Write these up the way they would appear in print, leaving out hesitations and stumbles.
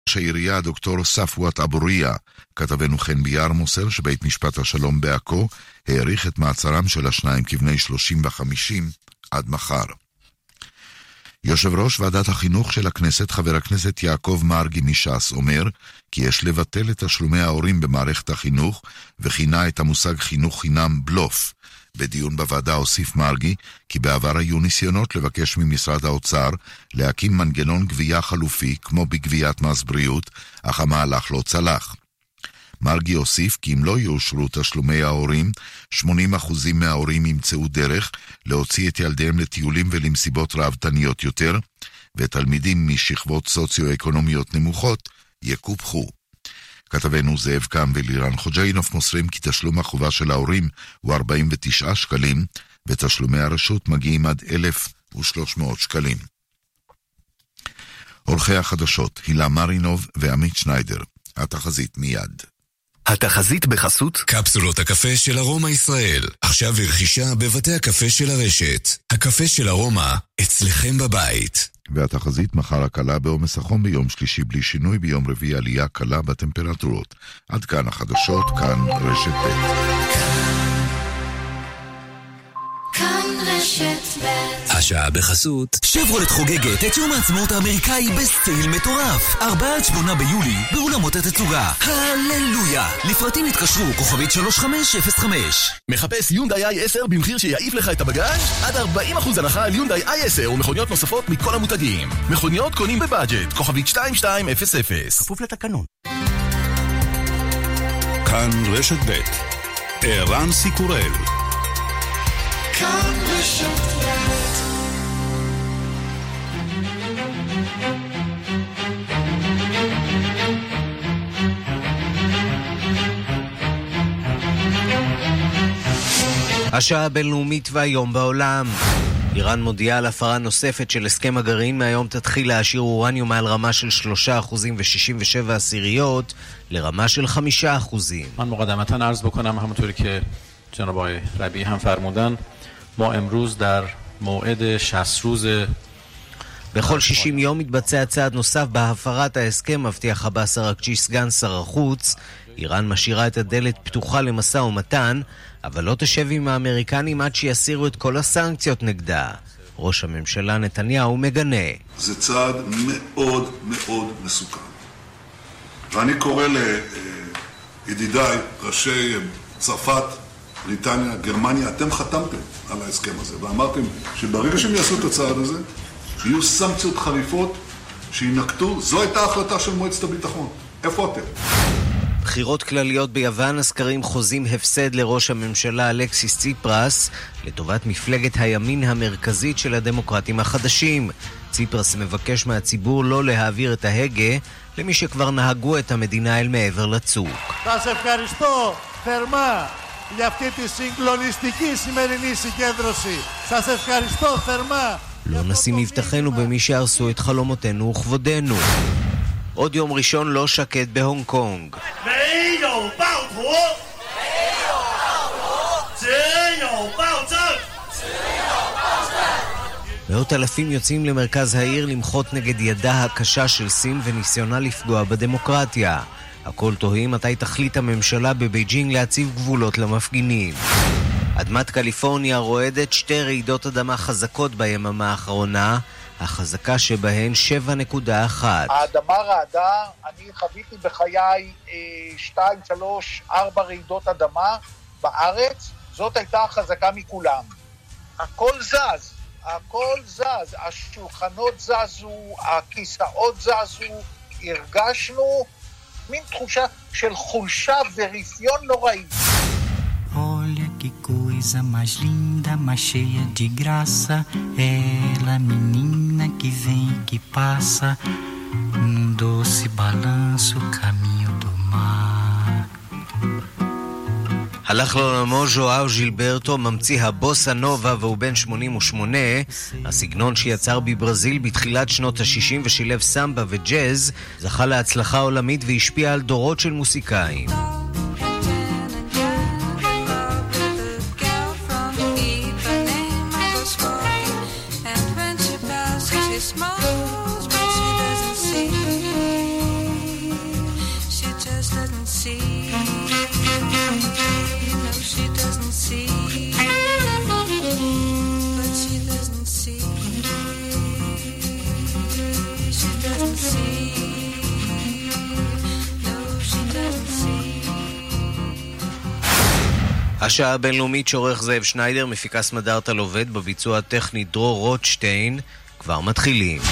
שהעירייה דוקטור ספואת אבוריה, כתבנו חן ביאר מוסר שבית משפט השלום בעכו העריך את מעצרם של השניים כבני 30 ו-50 עד מחר. יושב ראש ועדת החינוך של הכנסת, חבר הכנסת יעקב מרגי מש"ס, אומר כי יש לבטל את תשלומי ההורים במערכת החינוך, וכינה את המושג חינוך חינם בלוף. בדיון בוועדה הוסיף מרגי כי בעבר היו ניסיונות לבקש ממשרד האוצר להקים מנגנון גבייה חלופי כמו בגביית מס בריאות, אך המהלך לא צלח. מרגי הוסיף כי אם לא יאושרו תשלומי ההורים, 80% מההורים ימצאו דרך להוציא את ילדיהם לטיולים ולמסיבות רעבתניות יותר, ותלמידים משכבות סוציו-אקונומיות נמוכות יקופחו. כתבנו זאב קם ולירן חוג'יינוף מוסרים כי תשלום החובה של ההורים הוא 49 שקלים, ותשלומי הרשות מגיעים עד 1,300 שקלים. עורכי החדשות, הילה מרינוב ועמית שניידר. התחזית מיד. התחזית בחסות קפסולות הקפה של ארומה ישראל. עכשיו לרכישה בבתי הקפה של הרשת. הקפה של ארומה, אצלכם בבית. והתחזית מחר הקלה בעומס החום, ביום שלישי בלי שינוי, ביום רביעי עלייה קלה בטמפרטורות. עד כאן החדשות, כאן רשת ב'. כאן רשת ב'. השעה בחסות שברולט חוגגת את יום העצמאות האמריקאי בסייל מטורף. 4-8 ביולי באולמות התצוגה. הללויה. לפרטים התקשרו כוכבית 3505. מחפש יונדאי i10 במחיר שיעיף לך את הבגאז'? עד 40% הנחה על יונדאי i10 ומכוניות נוספות מכל המותגים. מכוניות קונים בבאג'ט, כוכבית 2200. כפוף לתקנון. כאן רשת ב'. ערן סיקורל. כאן רשת ב'. השעה הבינלאומית והיום בעולם. איראן מודיעה על הפרה נוספת של הסכם הגרעין. מהיום תתחיל להשאיר אורניום מעל רמה של 3% ו-67% לרמה של 5%. من مقدمتا عرض بکنم همونطوری که جناب آقای ربیعی هم فرمودن ما امروز در موعد 60 روز בכל 60 יום מתבצע צעד נוסף בהפרת ההסכם, מבטיח עבאס אראגצ'י סגן שר החוץ. איראן משאירה את הדלת פתוחה למשא ומתן, אבל לא תשב עם האמריקנים עד שיסירו את כל הסנקציות נגדה. ראש הממשלה נתניהו מגנה. זה צעד מאוד מאוד מסוכן. ואני קורא לידידיי, ראשי צרפת, בריטניה, גרמניה, אתם חתמתם על ההסכם הזה, ואמרתם שברגע שהם יעשו את הצעד הזה, יהיו סנקציות חריפות שינקטו. זו הייתה ההחלטה של מועצת הביטחון. איפה אתם? בחירות כלליות ביוון, הסקרים חוזים הפסד לראש הממשלה אלכסיס ציפרס לטובת מפלגת הימין המרכזית של הדמוקרטים החדשים. ציפרס מבקש מהציבור לא להעביר את ההגה למי שכבר נהגו את המדינה אל מעבר לצוק. Σας ευχαριστώ θερμά για αυτή τη συγκλονιστική σημερινή συγκέντρωση. Σας ευχαριστώ θερμά. לא נשים מבטחנו במי שהרסו את חלומותינו וכבודנו. עוד יום ראשון לא שקט בהונג קונג. מאות אלפים יוצאים למרכז העיר למחות נגד ידה הקשה של סין וניסיונה לפגוע בדמוקרטיה. הכל תוהים מתי תחליט הממשלה בבייג'ינג להציב גבולות למפגינים. אדמת קליפורניה רועדת, 2 רעידות אדמה חזקות ביממה האחרונה, החזקה שבהן 7.1. האדמה רעדה, אני חוויתי בחיי 2, 3, 4 רעידות אדמה בארץ, זאת הייתה החזקה מכולם. הכל זז, הכל זז, השולחנות זזו, הכיסאות זזו, הרגשנו מין תחושה של חולשה ורפיון נוראי. Olha que coisa mais linda, mais cheia de graça, ela menina que vem e que passa, doce balanço, caminho do mar. הלך לעולמו ז'ואאו ז'ילברטו, ממציא הבוסה נובה, והוא בן 88. הסגנון שיצר בברזיל בתחילת שנות ה-60 ושילב סמבה וג'אז, זכה להצלחה עולמית והשפיע על דורות של מוסיקאים. doesn't see. No, she doesn't see. But she doesn't see. She doesn't see. No, she doesn't see. השעה הבינלאומית שעורך זאב שניידר, מפיקה סמדארטה לובד, בביצוע הטכני דרור רוטשטיין. כבר מתחילים.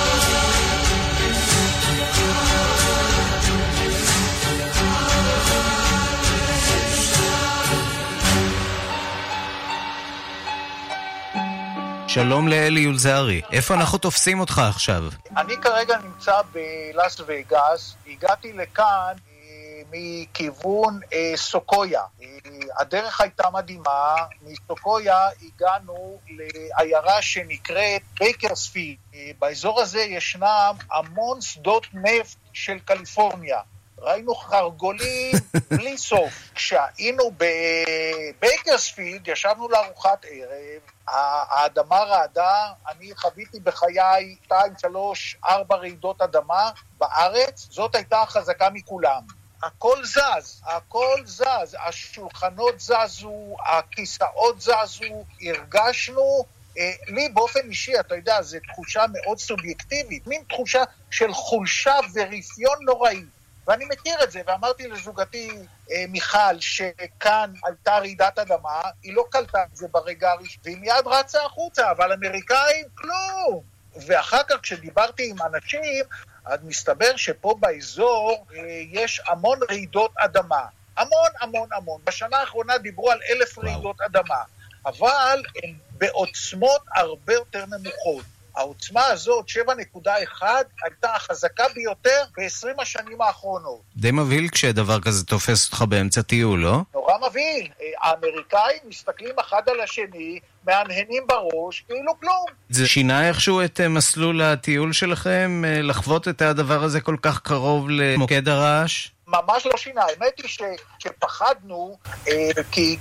שלום לאלי יולזרי, איפה אנחנו תופסים אותך עכשיו? אני כרגע נמצא בלאס וגאס, הגעתי לכאן מכיוון סוקויה. הדרך הייתה מדהימה, מסוקויה הגענו לעיירה שנקראת בייקרספילד. באזור הזה ישנם המון שדות נפט של קליפורניה. ראינו חרגולים בלי סוף. כשהיינו בבייקרספילד, ישבנו לארוחת ערב, האדמה רעדה, אני חוויתי בחיי 2, 3, 4 רעידות אדמה בארץ, זאת הייתה החזקה מכולם. הכל זז, הכל זז, השולחנות זזו, הכיסאות זזו, הרגשנו, לי באופן אישי, אתה יודע, זו תחושה מאוד סובייקטיבית, מין תחושה של חולשה ורפיון נוראי. ואני מכיר את זה, ואמרתי לזוגתי מיכל, שכאן הייתה רעידת אדמה, היא לא קלטה את זה ברגע הראשון, והיא מיד רצה החוצה, אבל אמריקאים, כלום. ואחר כך כשדיברתי עם אנשים, אז מסתבר שפה באזור יש המון רעידות אדמה. המון, המון, המון. בשנה האחרונה דיברו על 1,000 רעידות אדמה, אבל הן בעוצמות הרבה יותר נמוכות. העוצמה הזאת, 7.1, הייתה החזקה ביותר ב-20 השנים האחרונות. די מבהיל כשדבר כזה תופס אותך באמצע טיול, לא? נורא מבהיל. האמריקאים מסתכלים אחד על השני, מהנהנים בראש, כאילו כלום. זה שינה איכשהו את מסלול הטיול שלכם, לחוות את הדבר הזה כל כך קרוב למוקד הרעש? ממש לא שינה. האמת היא שפחדנו, כי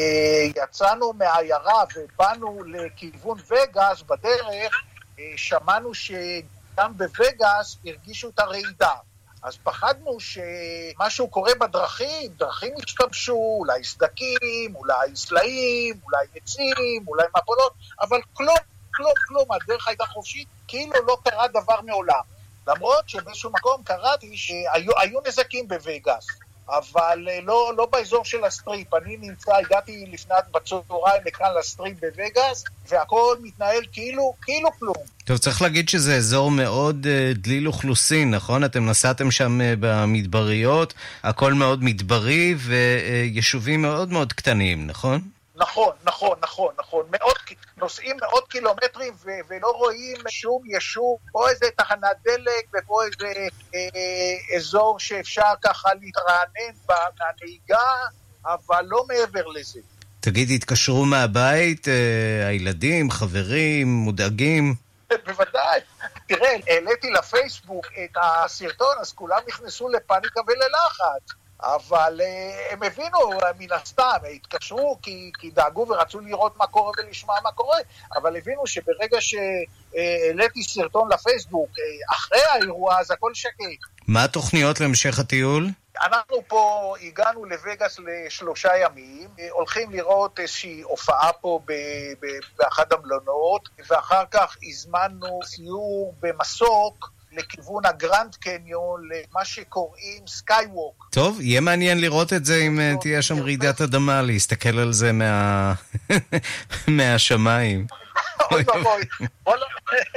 כשיצאנו מהעיירה ובאנו לכיוון וגאס בדרך, שמענו שגם בווגאס הרגישו את הרעידה. אז פחדנו שמשהו קורה בדרכים, דרכים השתבשו, אולי סדקים, אולי סלעים, אולי עצים, אולי מפולות, אבל כלום, כלום, כלום, הדרך הייתה חופשית, כאילו לא קרה דבר מעולם. למרות שבאיזשהו מקום קראתי שהיו נזקים בווגאס, אבל לא באזור של הסטריפ. אני הגעתי לפנת בצהריים לכאן לסטריפ בווגאס, והכל מתנהל כאילו כלום. טוב, צריך להגיד שזה אזור מאוד דליל אוכלוסין, נכון? אתם נסעתם שם במדבריות, הכל מאוד מדברי, ויישובים מאוד מאוד קטנים, נכון? נכון. נוסעים מאות קילומטרים ולא רואים שום יישוב, פה איזה תחנת דלק ופה איזה אזור שאפשר ככה להתרענן מהנהיגה, אבל לא מעבר לזה. תגיד, התקשרו מהבית, הילדים, חברים, מודאגים? בוודאי. תראה, העליתי לפייסבוק את הסרטון, אז כולם נכנסו לפניקה וללחץ. אבל הם הבינו מן הסתם, התקשרו כי דאגו ורצו לראות מה קורה ולשמוע מה קורה, אבל הבינו שברגע שהעליתי סרטון לפייסבוק, אחרי האירוע אז הכל שקט. מה התוכניות להמשך הטיול? אנחנו פה הגענו לווגאס ל3 ימים, הולכים לראות איזושהי הופעה פה באחד המלונות, ואחר כך הזמנו סיור במסוק, לכיוון הגרנד קניון, למה שקוראים סקייווק. טוב, יהיה מעניין לראות את זה אם תהיה שם רעידת אדמה, להסתכל על זה מהשמיים. אוי בואי, בוא לא...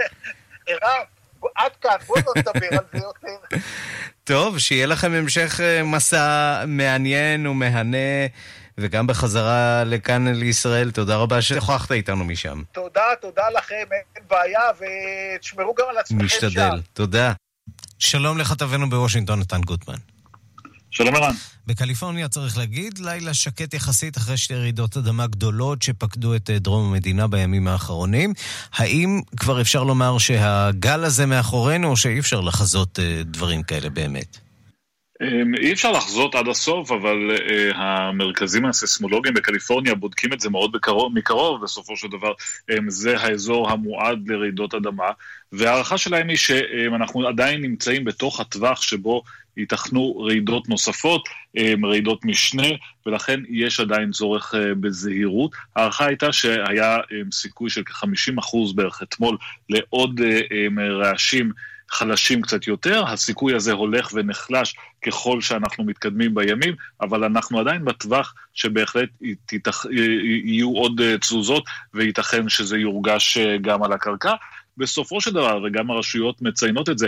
עד כאן, בוא לא נדבר על זה יותר. טוב, שיהיה לכם המשך מסע מעניין ומהנה, וגם בחזרה לכאן לישראל. תודה רבה ששוחחת איתנו משם. תודה לכם, אין בעיה, ותשמרו גם על עצמכם שם. משתדל, תודה. שלום לכתבנו בוושינגטון, נתן גוטמן. שלום ערן. בקליפורניה צריך להגיד, לילה שקט יחסית אחרי 2 רעידות אדמה גדולות שפקדו את דרום המדינה בימים האחרונים. האם כבר אפשר לומר שהגל הזה מאחורינו, או שאי אפשר לחזות דברים כאלה באמת? אי אפשר לחזות עד הסוף, אבל המרכזים הסיסמולוגיים בקליפורניה בודקים את זה מאוד מקרוב, בסופו של דבר זה האזור המועד לרעידות אדמה, והערכה שלהם היא שאנחנו עדיין נמצאים בתוך הטווח שבו ייתכנו רעידות נוספות, רעידות משנה, ולכן יש עדיין צורך בזהירות. הערכה הייתה שהיה סיכוי של כ-50% בערך אתמול לעוד רעשים חלשים קצת יותר, הסיכוי הזה הולך ונחלש ככל שאנחנו מתקדמים בימים, אבל אנחנו עדיין בטווח שבהחלט יהיו עוד תזוזות, וייתכן שזה יורגש גם על הקרקע. בסופו של דבר, וגם הרשויות מציינות את זה,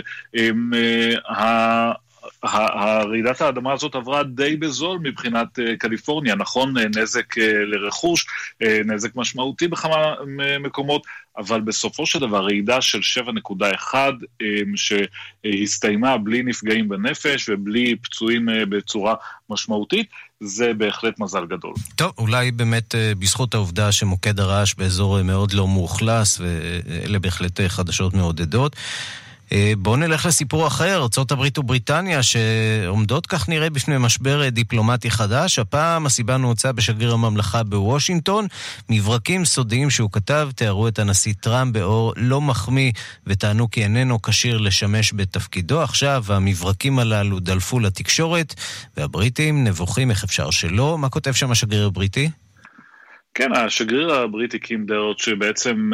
הרעידת האדמה הזאת עברה די בזול מבחינת קליפורניה, נכון, נזק לרכוש, נזק משמעותי בכמה מקומות, אבל בסופו של דבר רעידה של 7.1 שהסתיימה בלי נפגעים בנפש ובלי פצועים בצורה משמעותית, זה בהחלט מזל גדול. טוב, אולי באמת בזכות העובדה שמוקד הרעש באזור מאוד לא מאוכלס, ואלה בהחלט חדשות מעודדות. בואו נלך לסיפור אחר, ארצות הברית ובריטניה שעומדות כך נראה בפני משבר דיפלומטי חדש. הפעם הסיבה נעוצה בשגריר הממלכה בוושינגטון. מברקים סודיים שהוא כתב תיארו את הנשיא טראמפ באור לא מחמיא וטענו כי איננו כשיר לשמש בתפקידו. עכשיו המברקים הללו דלפו לתקשורת והבריטים נבוכים איך אפשר שלא. מה כותב שם השגריר הבריטי? כן, השגריר הבריטי קים דרט שבעצם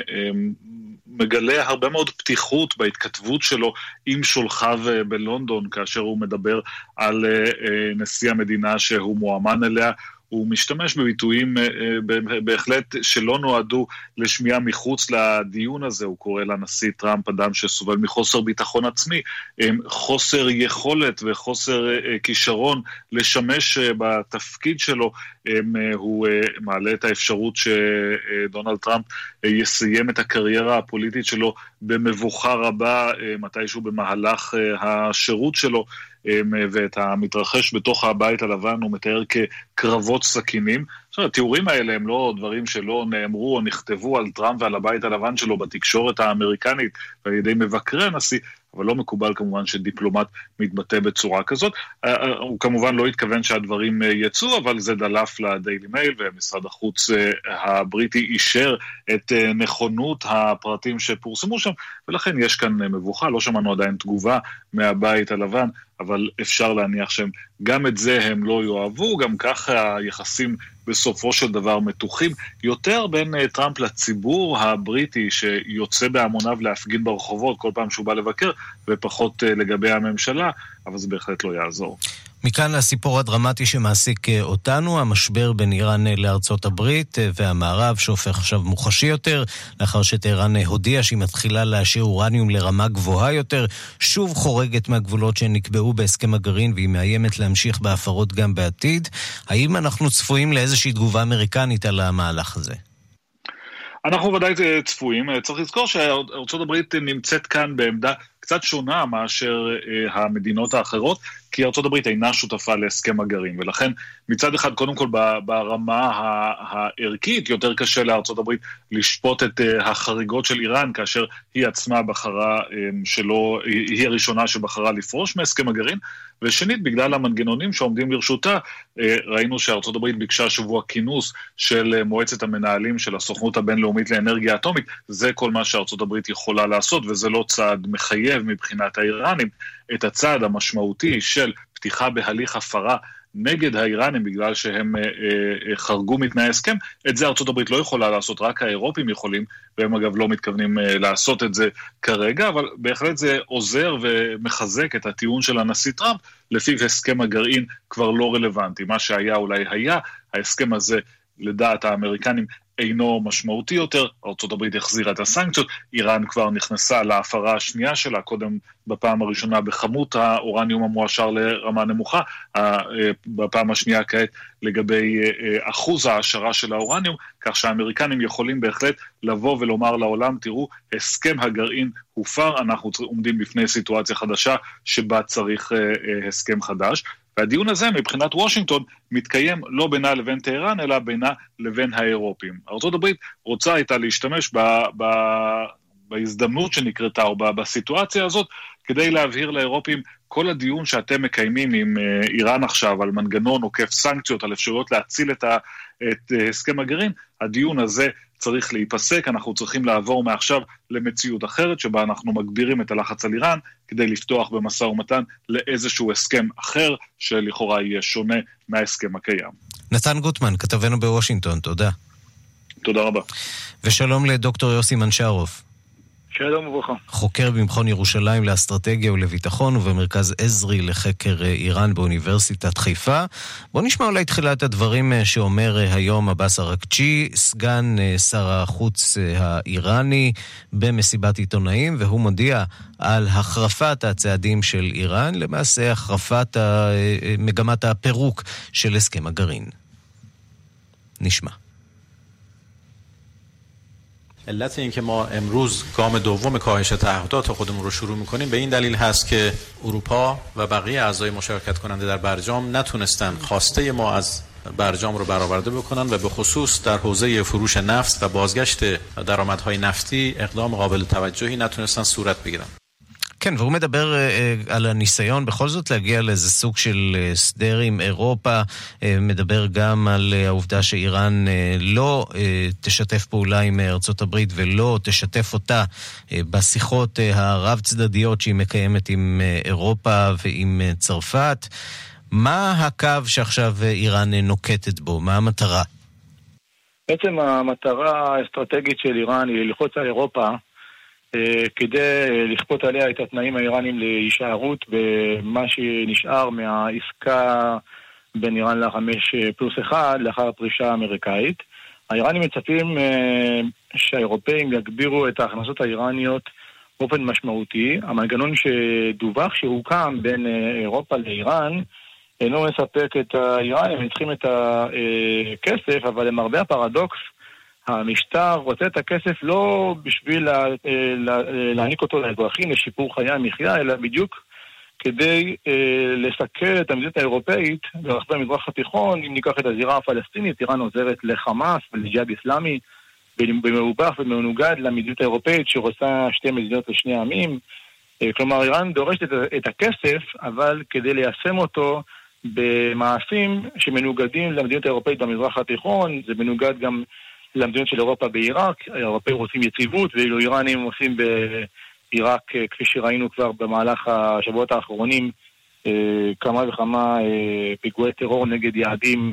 מגלה הרבה מאוד פתיחות בהתכתבות שלו עם שולחיו בלונדון, כאשר הוא מדבר על נשיא המדינה שהוא מואמן אליה, הוא משתמש בביטויים בהחלט שלא נועדו לשמיעה מחוץ לדיון הזה. הוא קורא לנשיא טראמפ אדם שסובל מחוסר ביטחון עצמי, חוסר יכולת וחוסר כישרון לשמש בתפקיד שלו. הוא מעלה את האפשרות שדונלד טראמפ יסיים את הקריירה הפוליטית שלו במבוכה רבה מתישהו במהלך השירות שלו, ואת המתרחש בתוך הבית הלבן הוא מתאר כקרבות סכינים. עכשיו, התיאורים האלה הם לא דברים שלא נאמרו או נכתבו על טראמפ ועל הבית הלבן שלו בתקשורת האמריקנית ועל ידי מבקרי הנשיא, אבל לא מקובל כמובן שדיפלומט מתבטא בצורה כזאת. הוא כמובן לא התכוון שהדברים יצאו, אבל זה דלף לדיילי מייל, ומשרד החוץ הבריטי אישר את נכונות הפרטים שפורסמו שם, ולכן יש כאן מבוכה. לא שמענו עדיין תגובה מהבית הלבן, אבל אפשר להניח שהם גם את זה הם לא יאהבו. גם ככה היחסים בסופו של דבר מתוחים יותר בין טראמפ לציבור הבריטי שיוצא בהמוניו להפגין ברחובות כל פעם שהוא בא לבקר, ופחות לגבי הממשלה, אבל זה בהחלט לא יעזור. מכאן לסיפור הדרמטי שמעסיק אותנו, המשבר בין איראן לארצות הברית והמערב שהופך עכשיו מוחשי יותר, לאחר שטהרן הודיעה שהיא מתחילה להשאיר אורניום לרמה גבוהה יותר, שוב חורגת מהגבולות שנקבעו בהסכם הגרעין והיא מאיימת להמשיך בהפרות גם בעתיד. האם אנחנו צפויים לאיזושהי תגובה אמריקנית על המהלך הזה? אנחנו ודאי צפויים. צריך לזכור שארצות הברית נמצאת כאן בעמדה קצת שונה מאשר המדינות האחרות, כי ארצות הברית אינה שותפה להסכם הגרעין, ולכן מצד אחד, קודם כל ברמה הערכית, יותר קשה לארצות הברית לשפוט את החריגות של איראן, כאשר היא עצמה בחרה שלא, היא הראשונה שבחרה לפרוש מהסכם הגרעין, ושנית, בגלל המנגנונים שעומדים לרשותה, ראינו שארצות הברית ביקשה שבוע כינוס של מועצת המנהלים של הסוכנות הבינלאומית לאנרגיה אטומית. זה כל מה שארצות הברית יכולה לעשות, וזה לא צעד מחייב מבחינת האיראנים. את הצעד המשמעותי של פתיחה בהליך הפרה נגד האיראנים בגלל שהם חרגו מתנאי הסכם, את זה ארצות הברית לא יכולה לעשות, רק האירופים יכולים, והם אגב לא מתכוונים לעשות את זה כרגע, אבל בהחלט זה עוזר ומחזק את הטיעון של הנשיא טראמפ, לפיו הסכם הגרעין כבר לא רלוונטי. מה שהיה אולי היה, ההסכם הזה לדעת האמריקנים אינו משמעותי יותר, ארצות הברית החזירה את הסנקציות, איראן כבר נכנסה להפרה השנייה שלה, קודם בפעם הראשונה בכמות האורניום המועשר לרמה נמוכה, בפעם השנייה כעת לגבי אחוז ההעשרה של האורניום, כך שהאמריקנים יכולים בהחלט לבוא ולומר לעולם, תראו, הסכם הגרעין הופר, אנחנו עומדים בפני סיטואציה חדשה שבה צריך הסכם חדש, והדיון הזה מבחינת וושינגטון מתקיים לא בינה לבין טהרן, אלא בינה לבין האירופים. ארצות הברית רוצה הייתה להשתמש בהזדמנות שנקרתה, או בסיטואציה הזאת, כדי להבהיר לאירופים, כל הדיון שאתם מקיימים עם איראן עכשיו על מנגנון עוקף סנקציות, על אפשרויות להציל את הסכם הגרעין, הדיון הזה צריך להיפסק, אנחנו צריכים לעבור מעכשיו למציאות אחרת, שבה אנחנו מגבירים את הלחץ על איראן, כדי לפתוח במשא ומתן לאיזשהו הסכם אחר, שלכאורה יהיה שונה מההסכם הקיים. נתן גוטמן, כתבנו בוושינגטון, תודה. תודה רבה. ושלום לדוקטור יוסי מנשרוף. שלום וברכה. חוקר במכון ירושלים לאסטרטגיה ולביטחון ובמרכז עזרי לחקר איראן באוניברסיטת חיפה. בוא נשמע אולי תחילת הדברים שאומר היום עבאס אראקצ'י, סגן שר החוץ האיראני, במסיבת עיתונאים, והוא מודיע על החרפת הצעדים של איראן, למעשה החרפת מגמת הפירוק של הסכם הגרעין. נשמע. علت این که ما امروز گام دوم کاهش تعهدات خودمون رو شروع می‌کنیم به این دلیل هست که اروپا و بقیه اعضای مشارکت کننده در برجام نتونستن خواسته ما از برجام رو برآورده بکنن و به خصوص در حوزه فروش نفت و בازگشت درآمدهای نفتی اقدام قابل توجهی نتونستن صورت بگیرن. כן, והוא מדבר על הניסיון בכל זאת להגיע לאיזה סוג של סדר עם אירופה, מדבר גם על העובדה שאיראן לא תשתף פעולה עם ארצות הברית ולא תשתף אותה בשיחות הרב צדדיות שהיא מקיימת עם אירופה ועם צרפת. מה הקו שעכשיו איראן נוקטת בו? מה המטרה? בעצם המטרה האסטרטגית של איראן היא ללחוץ על אירופה כדי לכפות עליה את התנאים האיראנים להישארות במה שנשאר מהעסקה בין איראן ל5+1 לאחר הפרישה האמריקאית. האיראנים מצפים שהאירופאים יגבירו את ההכנסות האיראניות באופן משמעותי. המנגנון שדווח שהוקם בין אירופה לאיראן אינו מספק את האיראנים, הם צריכים את הכסף, אבל למרבה הפרדוקס המשטר רוצה את הכסף לא בשביל להעניק אותו לאזרחים לשיפור חיי המחיה, אלא בדיוק כדי לסכל את המדיניות האירופאית ברחבי המזרח התיכון. אם ניקח את הזירה הפלסטינית, איראן עוזרת לחמאס ולג'יהאד אסלאמי במעובח ומנוגד למדיניות האירופאית שרוצה שתי מדינות לשני עמים. כלומר, איראן דורשת את הכסף, אבל כדי ליישם אותו במעשים שמנוגדים למדיניות האירופאית במזרח התיכון, זה מנוגד גם למדינות של אירופה בעיראק. האירופאים רוצים יציבות, ואילו איראנים עושים בעיראק, כפי שראינו כבר במהלך השבועות האחרונים, כמה וכמה פיגועי טרור נגד יעדים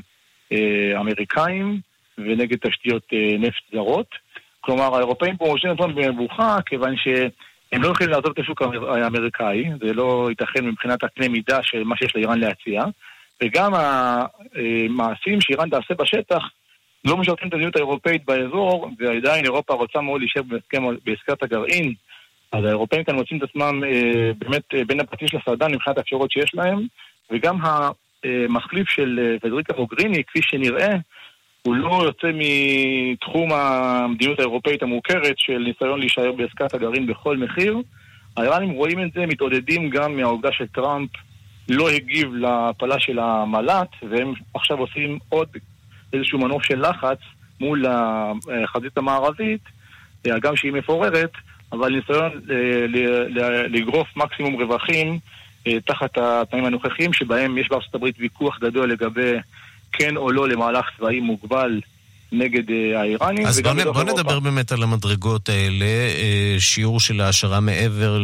אמריקאים ונגד תשתיות נפט זרות. כלומר, האירופאים פה מושכים אותם במבוכה, כיוון שהם לא יכולים לעזוב את השוק האמריקאי, זה לא ייתכן מבחינת הקנה מידה של מה שיש לאיראן להציע, וגם המעשים שאיראן תעשה בשטח לא משרתים את המדיניות האירופאית באזור, ועדיין אירופה רוצה מאוד להישאר בעסקת הגרעין. אז האירופאים כאן מוצאים את עצמם באמת בין הפטיש לסרדן מבחינת האפשרות שיש להם, וגם המחליף של פדריקה מוגריני, כפי שנראה, הוא לא יוצא מתחום המדיניות האירופאית המוכרת של ניסיון להישאר בעסקת הגרעין בכל מחיר. האיראנים רואים את זה, מתעודדים גם מהעובדה של טראמפ לא הגיב להפלה של המל"ט, והם עכשיו עושים עוד איזשהו מנוף של לחץ מול החזית המערבית, גם שהיא מפוררת, אבל ניסיון לגרוף מקסימום רווחים תחת התנאים הנוכחיים, שבהם יש בארצות הברית ויכוח גדול לגבי כן או לא למהלך צבאי מוגבל נגד האיראנים. אז בוא נדבר באמת על המדרגות האלה, שיעור של ההשערה מעבר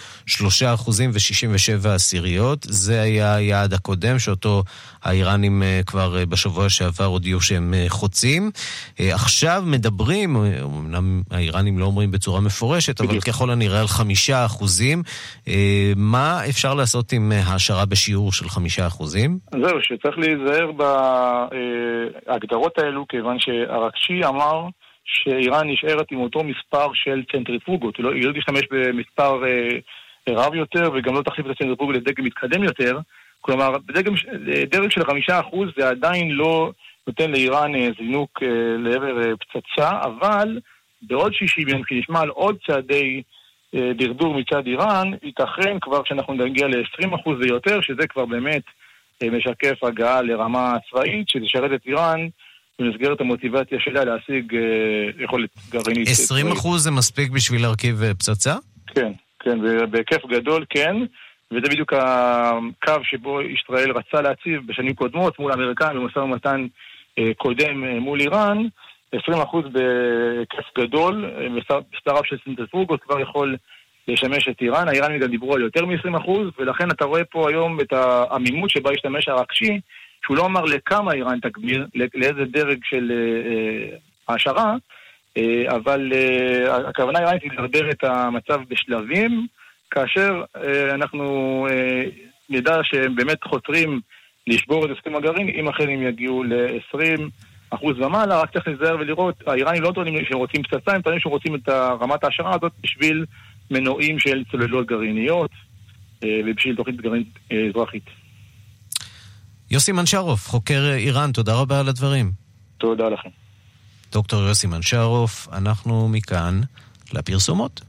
ל3.67%, זה היה היעד הקודם, שאותו האיראנים כבר בשבוע שעבר הודיעו שהם חוצים. עכשיו מדברים, אמנם האיראנים לא אומרים בצורה מפורשת, אבל ככל הנראה על 5%. מה אפשר לעשות עם ההשערה בשיעור של 5%? זהו, שצריך להיזהר בהגדרות האלו, כיוון שאראקצ'י אמר שאיראן נשארת עם אותו מספר של צנטריפוגות, היא לא תשתמש במספר רב יותר, וגם לא תחליף את הצנטריפוגות לדגם מתקדם יותר. כלומר, דרג של 5% זה עדיין לא נותן לאיראן זינוק לעבר פצצה, אבל בעוד 60 יום, כי נשמע על עוד צעדי דרדור מצד איראן, ייתכן כבר שאנחנו נגיע ל-20% ויותר, שזה כבר באמת משקף הגעה לרמה צבאית, שתשרת את איראן במסגרת המוטיבציה שלה להשיג יכולת גרעינית. 20% זה מספיק בשביל להרכיב פצצה? כן, כן, בהיקף גדול כן. וזה בדיוק הקו שבו ישראל רצה להציב בשנים קודמות מול האמריקאים במשא ומתן קודם מול איראן, 20% בכף גדול, בסטארט של סנטריפוגות כבר יכול לשמש את איראן. האיראנים גם דיברו על יותר מ-20%, ולכן אתה רואה פה היום את העמימות שבה ישתמש הרקשי, שהוא לא אמר לכמה איראן תגביר, לאיזה דרג של העשרה, אבל הכוונה איראנית היא לדבר את המצב בשלבים, כאשר אנחנו נדע שהם באמת חותרים לשבור את הסכם הגרעין, אם אכן הם יגיעו ל-20% ומעלה, רק צריך להיזהר ולראות, האיראנים לא טוענים שהם רוצים פצצה, הם טוענים שהם רוצים את רמת ההשערה הזאת בשביל מנועים של צוללות גרעיניות, ובשביל תוכנית גרעינית אזרחית. יוסי מנשרוף, חוקר איראן, תודה רבה על הדברים. תודה לכם. דוקטור יוסי מנשרוף, אנחנו מכאן לפרסומות.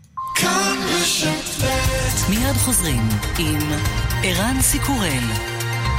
מיד חוזרים עם ערן סיקורל.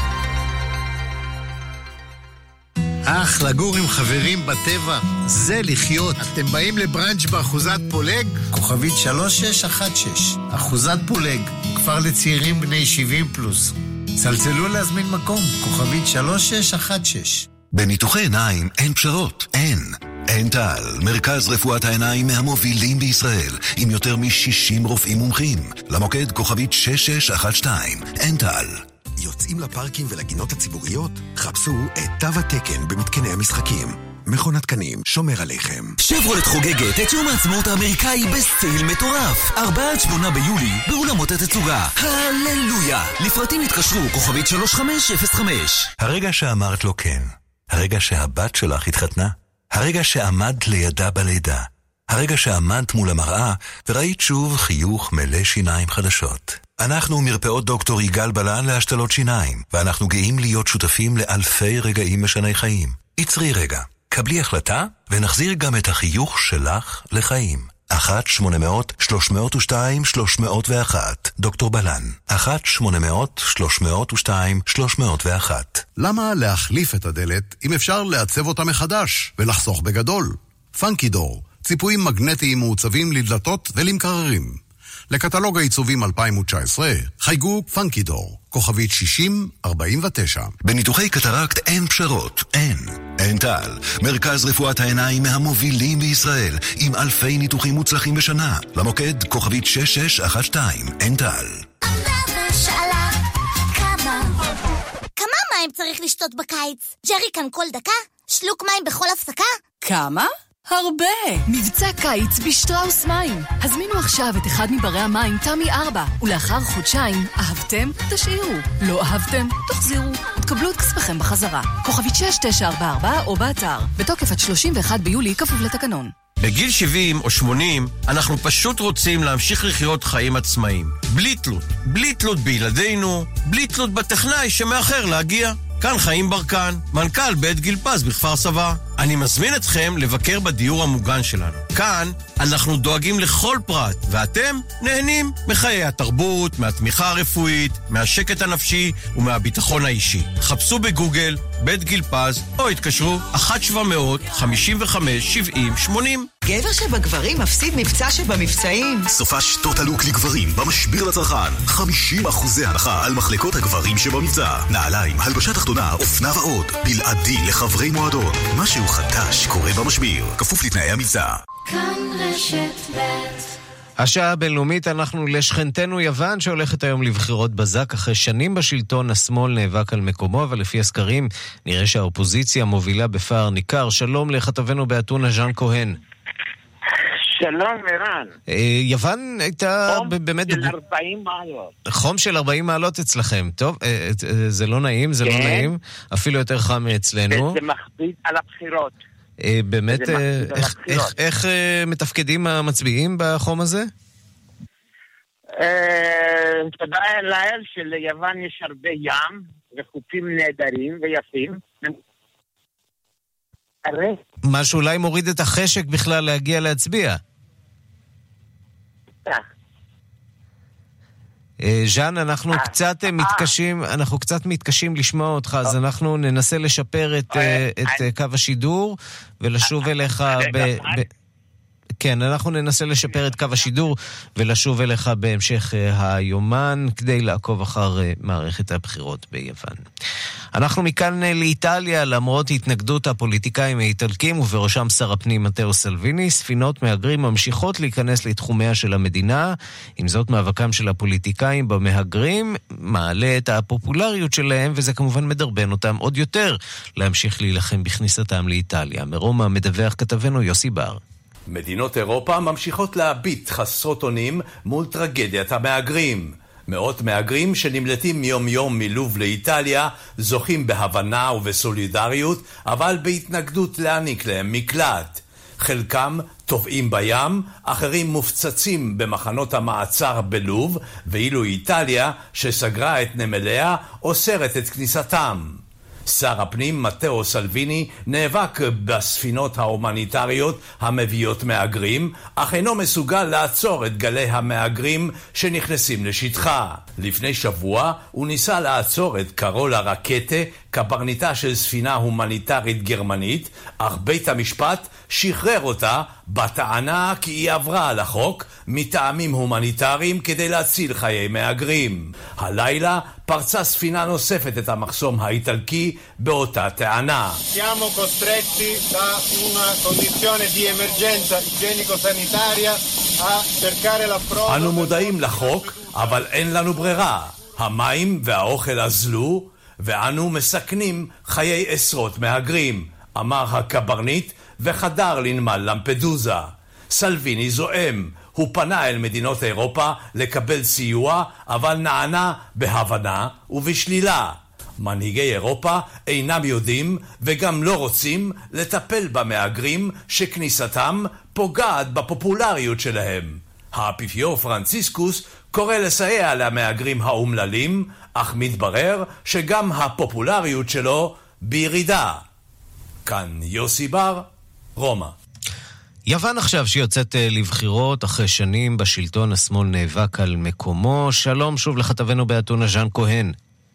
לגור עם חברים בטבע, זה לחיות. אתם באים לברנץ' באחוזת פולג? כוכבית 3616. אחוזת פולג, כפר לצעירים בני 70 פלוס. צלצלו להזמין מקום, כוכבית 3616. בניתוחי עיניים אין פשרות, אין טל, מרכז רפואת העיניים מהמובילים בישראל, עם יותר מ-60 רופאים מומחים. למוקד כוכבית 6612, אין טל. יוצאים לפארקים ולגינות הציבוריות? חפשו את תו התקן במתקני המשחקים. מכון התקנים שומר עליכם. שברולט חוגגת את יום העצמאות האמריקאי בסייל מטורף. 4-8 ביולי באולמות התצוגה. הללויה. לפרטים התקשרו כוכבית 3505. הרגע שאמרת לו כן. הרגע שהבת שלך התחתנה. הרגע שעמדת לידה בלידה. הרגע שעמדת מול המראה וראית שוב חיוך מלא שיניים חדשות. אנחנו מרפאות דוקטור יגאל בלן להשתלות שיניים, ואנחנו גאים להיות שותפים לאלפי רגעים משני חיים. יצרי רגע, קבלי החלטה ונחזיר גם את החיוך שלך לחיים. 1-800-302-301 דוקטור בלן 1-800-302-301. למה להחליף את הדלת אם אפשר לעצב אותה מחדש ולחסוך בגדול? פאנקי דור, ציפויים מגנטיים מעוצבים לדלתות ולמקררים. לקטלוג העיצובים 2019 חייגו פאנקי דור, כוכבית 6049. בניתוחי קטרקט אין פשרות, אין טל, מרכז רפואת העיניים מהמובילים בישראל, עם אלפי ניתוחים מוצלחים בשנה. למוקד כוכבית 6612, אין טל. כמה מים צריך לשתות בקיץ? ג'ריקן כל דקה? שלוק מים בכל הפסקה? כמה? הרבה! מבצע קיץ בשטראוס מים. הזמינו עכשיו את אחד מברי המים תמי 4, ולאחר חודשיים, אהבתם? תשאירו. לא אהבתם? תחזירו. תקבלו את כספכם בחזרה. כוכבית 6944 או באתר. בתוקף עד 31 ביולי כפוף לתקנון. בגיל 70 או 80 אנחנו פשוט רוצים להמשיך לחיות חיים עצמאיים. בלי תלות בילדינו, בלי תלות בטכנאי שמאחר להגיע. כאן חיים ברקן, מנכ"ל בית גיל פז בכפר סבא. אני מזמין אתכם לבקר בדיור המוגן שלנו. כאן אנחנו דואגים לכל פרט, ואתם נהנים מחיי התרבות, מהתמיכה הרפואית, מהשקט הנפשי ומהביטחון האישי. חפשו בגוגל בית גיל פז, או התקשרו 1-700-55-70-80. גבר שבגברים מפסיד מבצע שבמבצעים. סופה שטות הלוק לגברים במשביר לצרכן. 50% הנחה על מחלקות הגברים שבמבצע. נעליים, הלבשה תחתונה, אופנה ועוד. בלעדי לחברי מועדון. משהו חדש קורה במשביר. כפוף לתנאי המבצע. כאן רשת ב'. השעה הבינלאומית, אנחנו לשכנתנו יוון שהולכת היום לבחירות בזק. אחרי שנים בשלטון השמאל נאבק על מקומו, אבל לפי הסקרים נראה שהאופוזיציה מובילה בפער ניכר. שלום לכתבנו באתונה ז'אן כהן. שלום ערן. יוון הייתה באמת חום של 40 מעלות. חום של 40 מעלות אצלכם. טוב, זה לא נעים, זה לא נעים. אפילו יותר חם אצלנו. זה מכביד על הבחירות. באמת, איך מתפקדים המצביעים בחום הזה? תודה לאל שליוון יש הרבה ים וחופים נהדרים ויפים. מה שאולי מוריד את החשק בכלל להגיע להצביע. ז'אן, אנחנו קצת מתקשים לשמוע אותך, אז אנחנו ננסה לשפר את קו השידור ולשוב אליך כן, אנחנו ננסה לשפר את קו השידור ולשוב אליך בהמשך היומן כדי לעקוב אחר מערכת הבחירות ביוון. אנחנו מכאן לאיטליה, למרות התנגדות הפוליטיקאים האיטלקים ובראשם שר הפנים מתאו סלוויני, ספינות מהגרים ממשיכות להיכנס לתחומיה של המדינה. עם זאת, מאבקם של הפוליטיקאים במהגרים מעלה את הפופולריות שלהם, וזה כמובן מדרבן אותם עוד יותר להמשיך להילחם בכניסתם לאיטליה. מרומא מדווח כתבנו יוסי בר. מדינות אירופה ממשיכות להביט חסרות אונים מול טרגדיית המהגרים. מאות מהגרים שנמלטים יום יום מלוב לאיטליה זוכים בהבנה ובסולידריות, אבל בהתנגדות להעניק להם מקלט. חלקם טובעים בים, אחרים מופצצים במחנות המעצר בלוב, ואילו איטליה, שסגרה את נמליה, אוסרת את כניסתם. שר הפנים מתאו סלוויני נאבק בספינות ההומניטריות המביאות מהגרים, אך אינו מסוגל לעצור את גלי המהגרים שנכנסים לשטחה. לפני שבוע הוא ניסה לעצור את קרולה רקטה, קברניטה של ספינה הומניטרית גרמנית, אך בית המשפט שחרר אותה בטענה כי היא עברה על החוק מטעמים הומניטריים כדי להציל חיי מהגרים. הלילה פרצה ספינה נוספת את המחסום האיטלקי באותה טענה. Siamo costretti da una condizione di emergenza igienico-sanitaria a cercare la prova. אנו מודעים לחוק, אבל אין לנו ברירה. המים והאוכל אזלו, ואנו מסכנים חיי עשרות מהגרים, אמר הקברניט וחדר לנמל למפדוזה. סלוויני זועם, הוא פנה אל מדינות אירופה לקבל סיוע, אבל נענה בהבנה ובשלילה. מנהיגי אירופה אינם יודעים וגם לא רוצים לטפל במהגרים שכניסתם פוגעת בפופולריות שלהם. האפיפיור פרנציסקוס קורא לסייע למהגרים האומללים, אך מתברר שגם הפופולריות שלו בירידה. כאן יוסי בר, רומא. יוון עכשיו שיוצאת לבחירות אחרי שנים בשלטון, השמאל נאבק על מקומו. שלום שוב לכתבנו באתונה ז'אן כהן.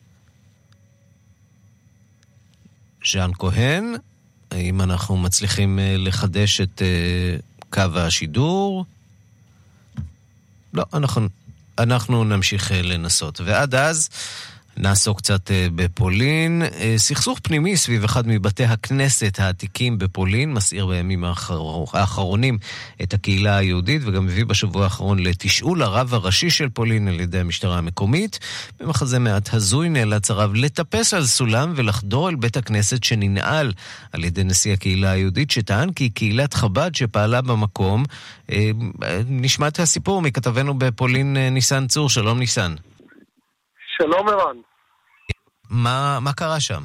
ז'אן כהן, האם אנחנו מצליחים לחדש את קו השידור? לא, אנחנו נמשיך לנסות. ועד אז נעסוק קצת בפולין. סכסוך פנימי סביב אחד מבתי הכנסת העתיקים בפולין מסעיר בימים האחרונים את הקהילה היהודית, וגם מביא בשבוע האחרון לתשאול הרב הראשי של פולין על ידי המשטרה המקומית. במחזה מעט הזוי נאלץ הרב לטפס על סולם ולחדור אל בית הכנסת שננעל על ידי נשיא הקהילה היהודית, שטען כי קהילת חב"ד שפעלה במקום. נשמע את הסיפור מכתבנו בפולין ניסן צור. שלום ניסן. שלום ערן. מה קרה שם?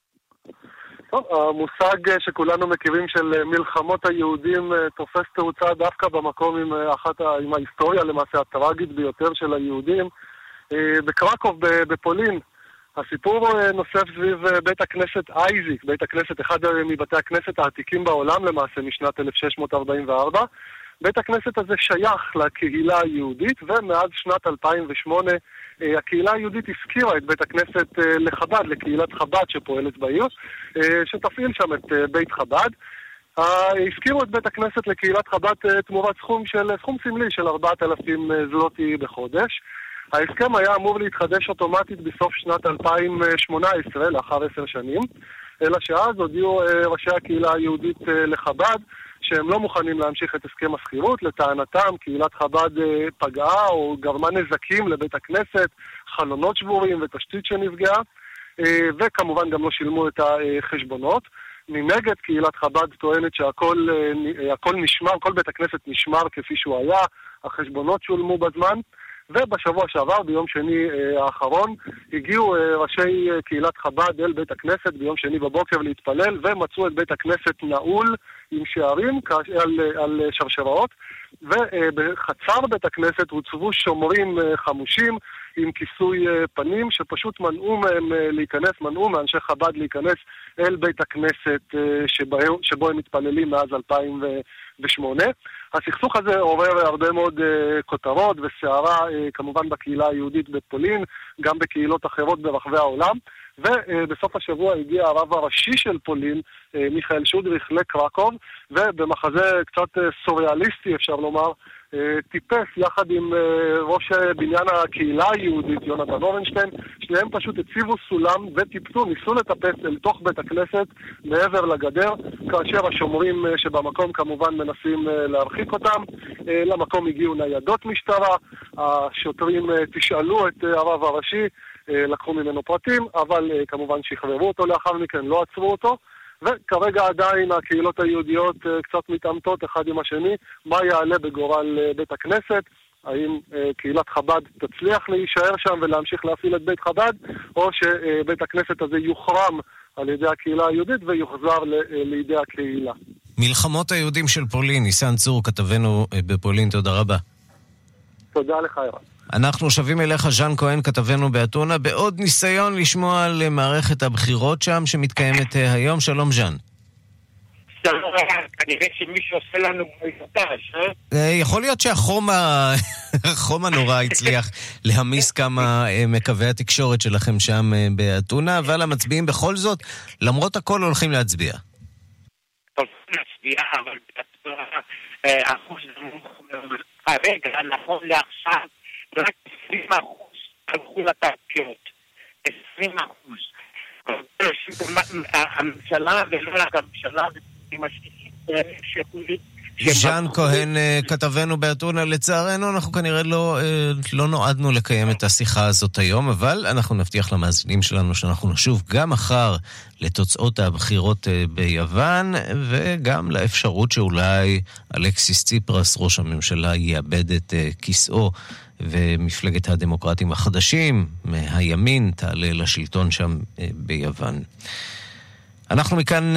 טוב, המושג שכולנו מכירים של מלחמות היהודים תופס תאוצה דווקא במקום עם ההיסטוריה למעשה הטרגית ביותר של היהודים. בקרקוב בפולין הסיפור נוסף סביב בית הכנסת אייזיק, בית הכנסת, אחד מבתי הכנסת העתיקים בעולם למעשה משנת 1644. בית הכנסת הזה שייך לקהילה היהודית, ומאז שנת 2008 הקהילה היהודית הזכירה את בית הכנסת לחב"ד, לקהילת חב"ד שפועלת בעיר, שתפעיל שם את בית חב"ד. הזכירו את בית הכנסת לקהילת חב"ד תמורת סכום סמלי של 4,000 זלוטי בחודש. ההסכם היה אמור להתחדש אוטומטית בסוף שנת 2018, לאחר 10 שנים, אלא שאז הודיעו ראשי הקהילה היהודית לחב"ד שהם לא מוכנים להמשיך את הסכם הסחירות. לטענתם קהילת חב"ד פגעה או גרמה נזקים לבית הכנסת, חלונות שבורים ותשתית שנפגעה, וכמובן גם לא שילמו את החשבונות. מנגד קהילת חב"ד טוענת שהכל נשמר, כל בית הכנסת נשמר כפי שהוא היה, החשבונות שולמו בזמן. ובשבוע שעבר, ביום שני האחרון, הגיעו ראשי קהילת חב"ד אל בית הכנסת ביום שני בבוקר להתפלל, ומצאו את בית הכנסת נעול עם שערים על שרשראות, ובחצר בית הכנסת הוצבו שומרים חמושים עם כיסוי פנים שפשוט מנעו מהם להיכנס, מנעו מאנשי חב"ד להיכנס אל בית הכנסת שבו הם מתפללים מאז 2018. הסכסוך הזה עורר הרבה מאוד כותרות וסערה כמובן בקהילה היהודית בפולין, גם בקהילות אחרות ברחבי העולם, ובסוף השבוע הגיע הרב הראשי של פולין, מיכאל שודריך, לקרקוב, ובמחזה קצת סוריאליסטי אפשר לומר, טיפס יחד עם ראש בניין הקהילה היהודית, יונתן אורנשטיין. שניהם פשוט הציבו סולם וטיפסו, ניסו לטפס אל תוך בית הכנסת מעבר לגדר, כאשר השומרים שבמקום כמובן מנסים להרחיק אותם. למקום הגיעו ניידות משטרה, השוטרים תשאלו את הרב הראשי, לקחו ממנו פרטים, אבל כמובן שחררו אותו לאחר מכן, לא עצרו אותו. וכרגע עדיין הקהילות היהודיות קצת מתעמתות אחד עם השני, מה יעלה בגורל בית הכנסת, האם קהילת חב"ד תצליח להישאר שם ולהמשיך להפעיל את בית חב"ד, או שבית הכנסת הזה יוחרם על ידי הקהילה היהודית ויוחזר לידי הקהילה. מלחמות היהודים של פולין, ניסן צור, כתבנו בפולין, תודה רבה. תודה לך, ערן. אנחנו שבים אליך, ז'אן כהן, כתבנו באתונה, בעוד ניסיון לשמוע על מערכת הבחירות שם שמתקיימת היום. שלום, ז'אן. שלום, כנראה שמישהו עושה לנו מפתש, יכול להיות שהחום הנורא הצליח להמיס כמה מקווי התקשורת שלכם שם באתונה, אבל המצביעים בכל זאת, למרות הכל, הולכים להצביע. הולכים להצביע, אבל אחוז נמוך הרגע, נכון לעכשיו, רק 20% הלכו לתעשיות. 20%. הממשלה ולא רק הממשלה ז'אן כהן, כתבנו באתונה, לצערנו אנחנו כנראה לא נועדנו לקיים את השיחה הזאת היום, אבל אנחנו נבטיח למאזינים שלנו שאנחנו נשוב גם מחר לתוצאות הבחירות ביוון, וגם לאפשרות שאולי אלכסיס ציפרס, ראש הממשלה, יאבד את כיסאו, ומפלגת הדמוקרטים החדשים מהימין תעלה לשלטון שם ביוון. אנחנו מכאן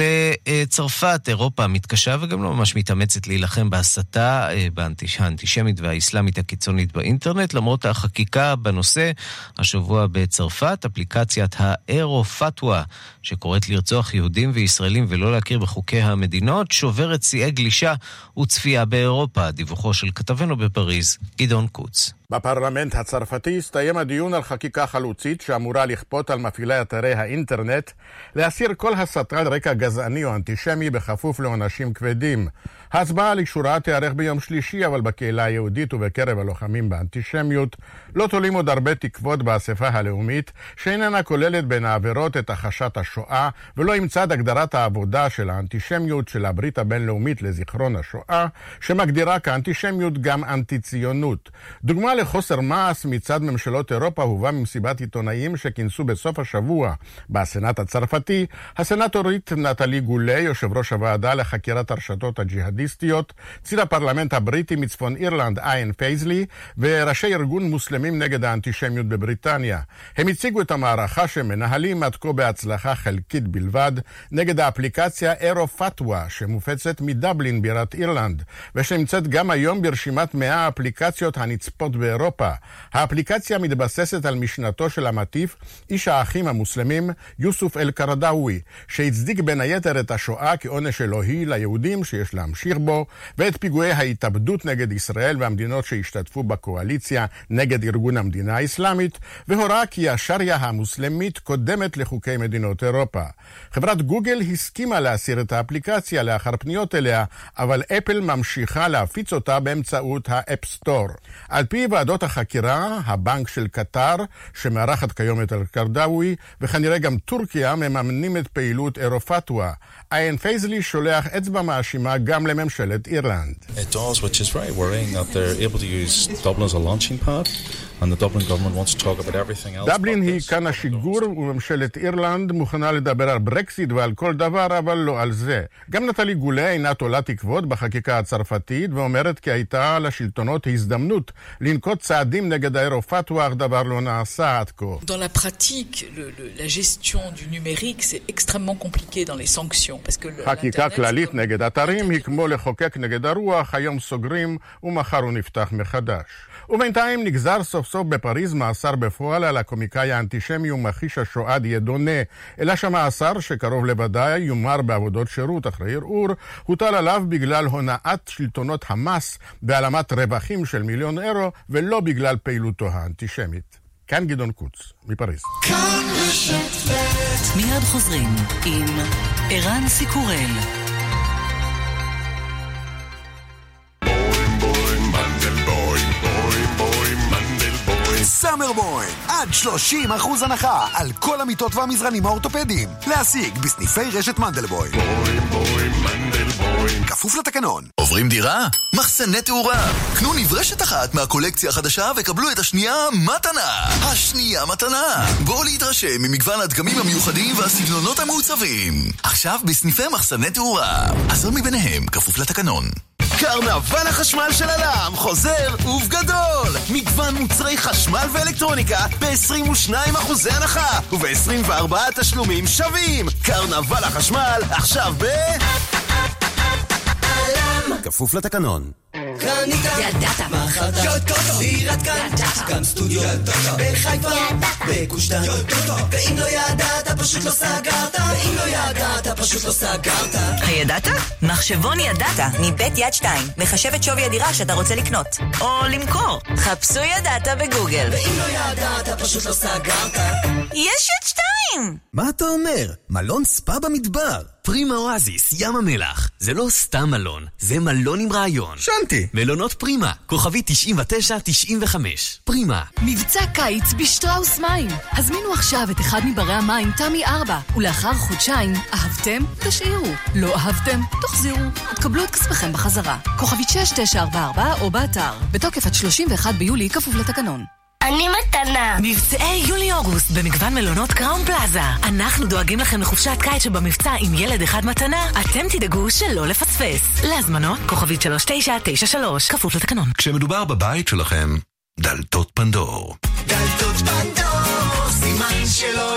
לצרפת. אירופה מתקשה וגם לא ממש מתאמצת להילחם בהסתה האנטישמית והאסלאמית הקיצונית באינטרנט, למרות החקיקה בנושא. השבוע בצרפת אפליקציית האירו-פתווה, שקוראת לרצוח יהודים וישראלים ולא להכיר בחוקי המדינות, שוברת שיאי גלישה וצפייה באירופה. דיווחו של כתבנו בפריז, גדעון קוץ. בפרלמנט הצרפתי הסתיים הדיון על חקיקה חלוצית שאמורה לכפות על מפעילי אתרי האינטרנט להסיר כל הסתה על רקע גזעני או אנטישמי בכפוף לעונשים כבדים. ההצבעה לאישורה תיארך ביום שלישי, אבל בקהילה היהודית ובקרב הלוחמים באנטישמיות לא תולים עוד הרבה תקוות באספה הלאומית, שאיננה כוללת בין העבירות את הכחשת השואה ולא ימצא הגדרת העבודה של האנטישמיות של הברית הבינלאומית לזיכרון השואה, שמגדירה כאנטישמיות גם אנטי-ציונות. דוגמה לחוסר מעש מצד ממשלות אירופה הובא ממסיבת עיתונאים שכינסו בסוף השבוע בסנאט הצרפתי, הסנאטורית נטלי גולי, יושב ראש הוועדה לחקירת הרשתות הג'יהדיסטיות, ציר הפרלמנט הבריטי מצפון אירלנד איין פייזלי, וראשי ארגון מוסלמים נגד האנטישמיות בבריטניה. הם הציגו את המערכה שמנהלים עד כה בהצלחה חלקית בלבד נגד האפליקציה אירו-פתווה שמופצת מדבלין בירת אירלנד, ושנמצאת גם היום ברשימת 100 האפליקציות הנצפות באירופה. האפליקציה מתבססת על משנתו של המטיף, איש האחים המוסלמים, יוסוף אל-קרדאווי, שהצדיק בין היתר את השואה כעונש אלוהי ליהודים שיש להמשיך בו, ואת פיגועי ההתאבדות נגד ישראל והמדינות שהשתתפו בקואליציה נגד ארגון המדינה האסלאמית, והוראה כי השריה המוסלמית קודמת לחוקי מדינות אירופה. חברת גוגל הסכימה להסיר את האפליקציה לאחר פניות אליה, אבל אפל ממשיכה להפיץ אותה באמצעות האפ סטור. על פי ועדות החקירה, הבנק של קטר, שמארחת כיום את אל-קרדאווי, וכנראה גם טורקיה, מממנים את פעילות אירו-פתווה. איין פייזלי שולח אצבע מאשימה גם לממשלת אירלנד. It does, which is very worrying that they're able to use Dublin as a launching pad, and the Dublin government wants to talk about everything else. דבלין היא כאן השיגור, וממשלת אירלנד מוכנה לדבר על ברקסיט ועל כל דבר, אבל לא על זה. גם נטלי גולי אינה תולה תקוות בחקיקה הצרפתית, ואומרת כי הייתה לשלטונות הזדמנות לנקוט צעדים נגד האירו-פתווה, אך דבר לא נעשה עד כה. Dans la pratique, la gestion du numérique, c'est extrêmement compliqué dans les sanctions. חקיקה כללית נגד אתרים היא כמו לחוקק נגד הרוח, היום סוגרים ומחר הוא נפתח מחדש. ובינתיים נגזר סוף סוף בפריז מאסר בפועל על הקומיקאי האנטישמי ומכחיש השואה דיאדונה. אלא שהמאסר, שקרוב לוודאי יומר בעבודות שירות אחרי ערעור, הוטל עליו בגלל הונאת שלטונות המס בהעלמת רווחים של מיליון אירו, ולא בגלל פעילותו האנטישמית. כאן גדעון קוץ, מפריז. מיד חוזרים עם ערן סיקורל. סאמר בוי, עד 30% הנחה על כל המיטות והמזרנים האורתופדיים. להשיג בסניפי רשת מנדלבוי. כפוף לתקנון. עוברים דירה? מחסני תאורה. קנו נברשת אחת מהקולקציה החדשה וקבלו את השנייה מתנה. השנייה מתנה. בואו להתרשם ממגוון הדגמים המיוחדים והסגנונות המעוצבים. עכשיו בסניפי מחסני תאורה. 10 מביניהם כפוף לתקנון. קרנבל החשמל של אלם חוזר ובגדול. מגוון מוצרי חשמל ואלקטרוניקה ב-22% הנחה וב-24 תשלומים שווים. קרנבל החשמל עכשיו כפוף לתקנון. קנית, ידעת, מחרת, בירת כאן, גם סטודיו, בחיפה, בקושטן, ואם לא ידעת פשוט לא סגרת, ואם לא ידעת פשוט לא סגרת. הידעת? מחשבון ידעת, מבית יד 2, מחשב את שווי הדירה שאתה רוצה לקנות, או למכור. חפשו ידעת בגוגל. ואם לא ידעת פשוט לא סגרת. יש יד 2! מה אתה אומר? מלון ספה במדבר. פרימה אואזיס, ים המלח. זה לא סתם מלון, זה מלון עם רעיון. שנתי. מלונות פרימה, כוכבי 99-95. פרימה. מבצע קיץ בשטראוס מים. הזמינו עכשיו את אחד מברי המים תמי 4, ולאחר חודשיים, אהבתם? תשאירו. לא אהבתם? תחזירו. ותקבלו את כספכם בחזרה. כוכבי 6944 או באתר. בתוקף עד 31 ביולי כפוף לתקנון. אני מתנה. מבצעי יולי-אוגוסט במגוון מלונות קראון פלאזה. אנחנו דואגים לכם לחופשת קיץ שבמבצע עם ילד אחד מתנה. אתם תדאגו שלא לפספס. להזמנות כוכבית 3993 כפוף לתקנון. כשמדובר בבית שלכם, דלתות פנדור. דלתות פנדור, סימן שלא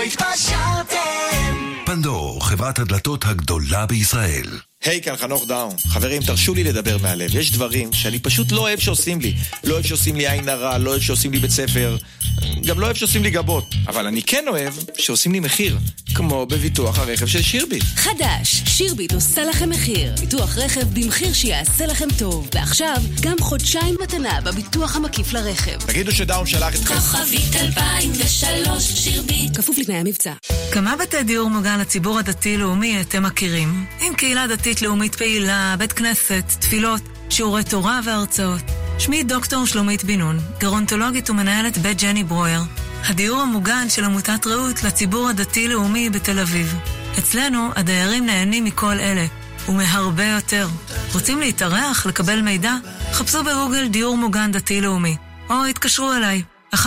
התפשרתם. פנדור, חברת הדלתות הגדולה בישראל. היי, כאן חנוך דאון. חברים, תרשו לי לדבר מהלב. יש דברים שאני פשוט לא אוהב שעושים לי. לא אוהב שעושים לי עין הרע, לא אוהב שעושים לי בית ספר, גם לא אוהב שעושים לי גבות. אבל אני כן אוהב שעושים לי מחיר, כמו בביטוח הרכב של שירביט. חדש, שירביט עושה לכם מחיר. ביטוח רכב במחיר שיעשה לכם טוב. ועכשיו, גם חודשיים מתנה בביטוח המקיף לרכב. תגידו שדאון שלח אתכם. כוכבית 2003 שירביט. כפוף לתנאי המבצע. כמה בתי דיור מוגן לציבור הדתי-לאומי אתם מכירים? עם קהילה דתית לאומית פעילה, בית כנסת, תפילות, שיעורי תורה והרצאות. שמי דוקטור שלומית בינון, גרונטולוגית ומנהלת בית ג'ני ברויר. הדיור המוגן של עמותת רעות לציבור הדתי-לאומי בתל אביב. אצלנו הדיירים נהנים מכל אלה, ומהרבה יותר. רוצים להתארח, לקבל מידע? חפשו בגוגל דיור מוגן דתי-לאומי, או התקשרו אליי, 1-800-560-560.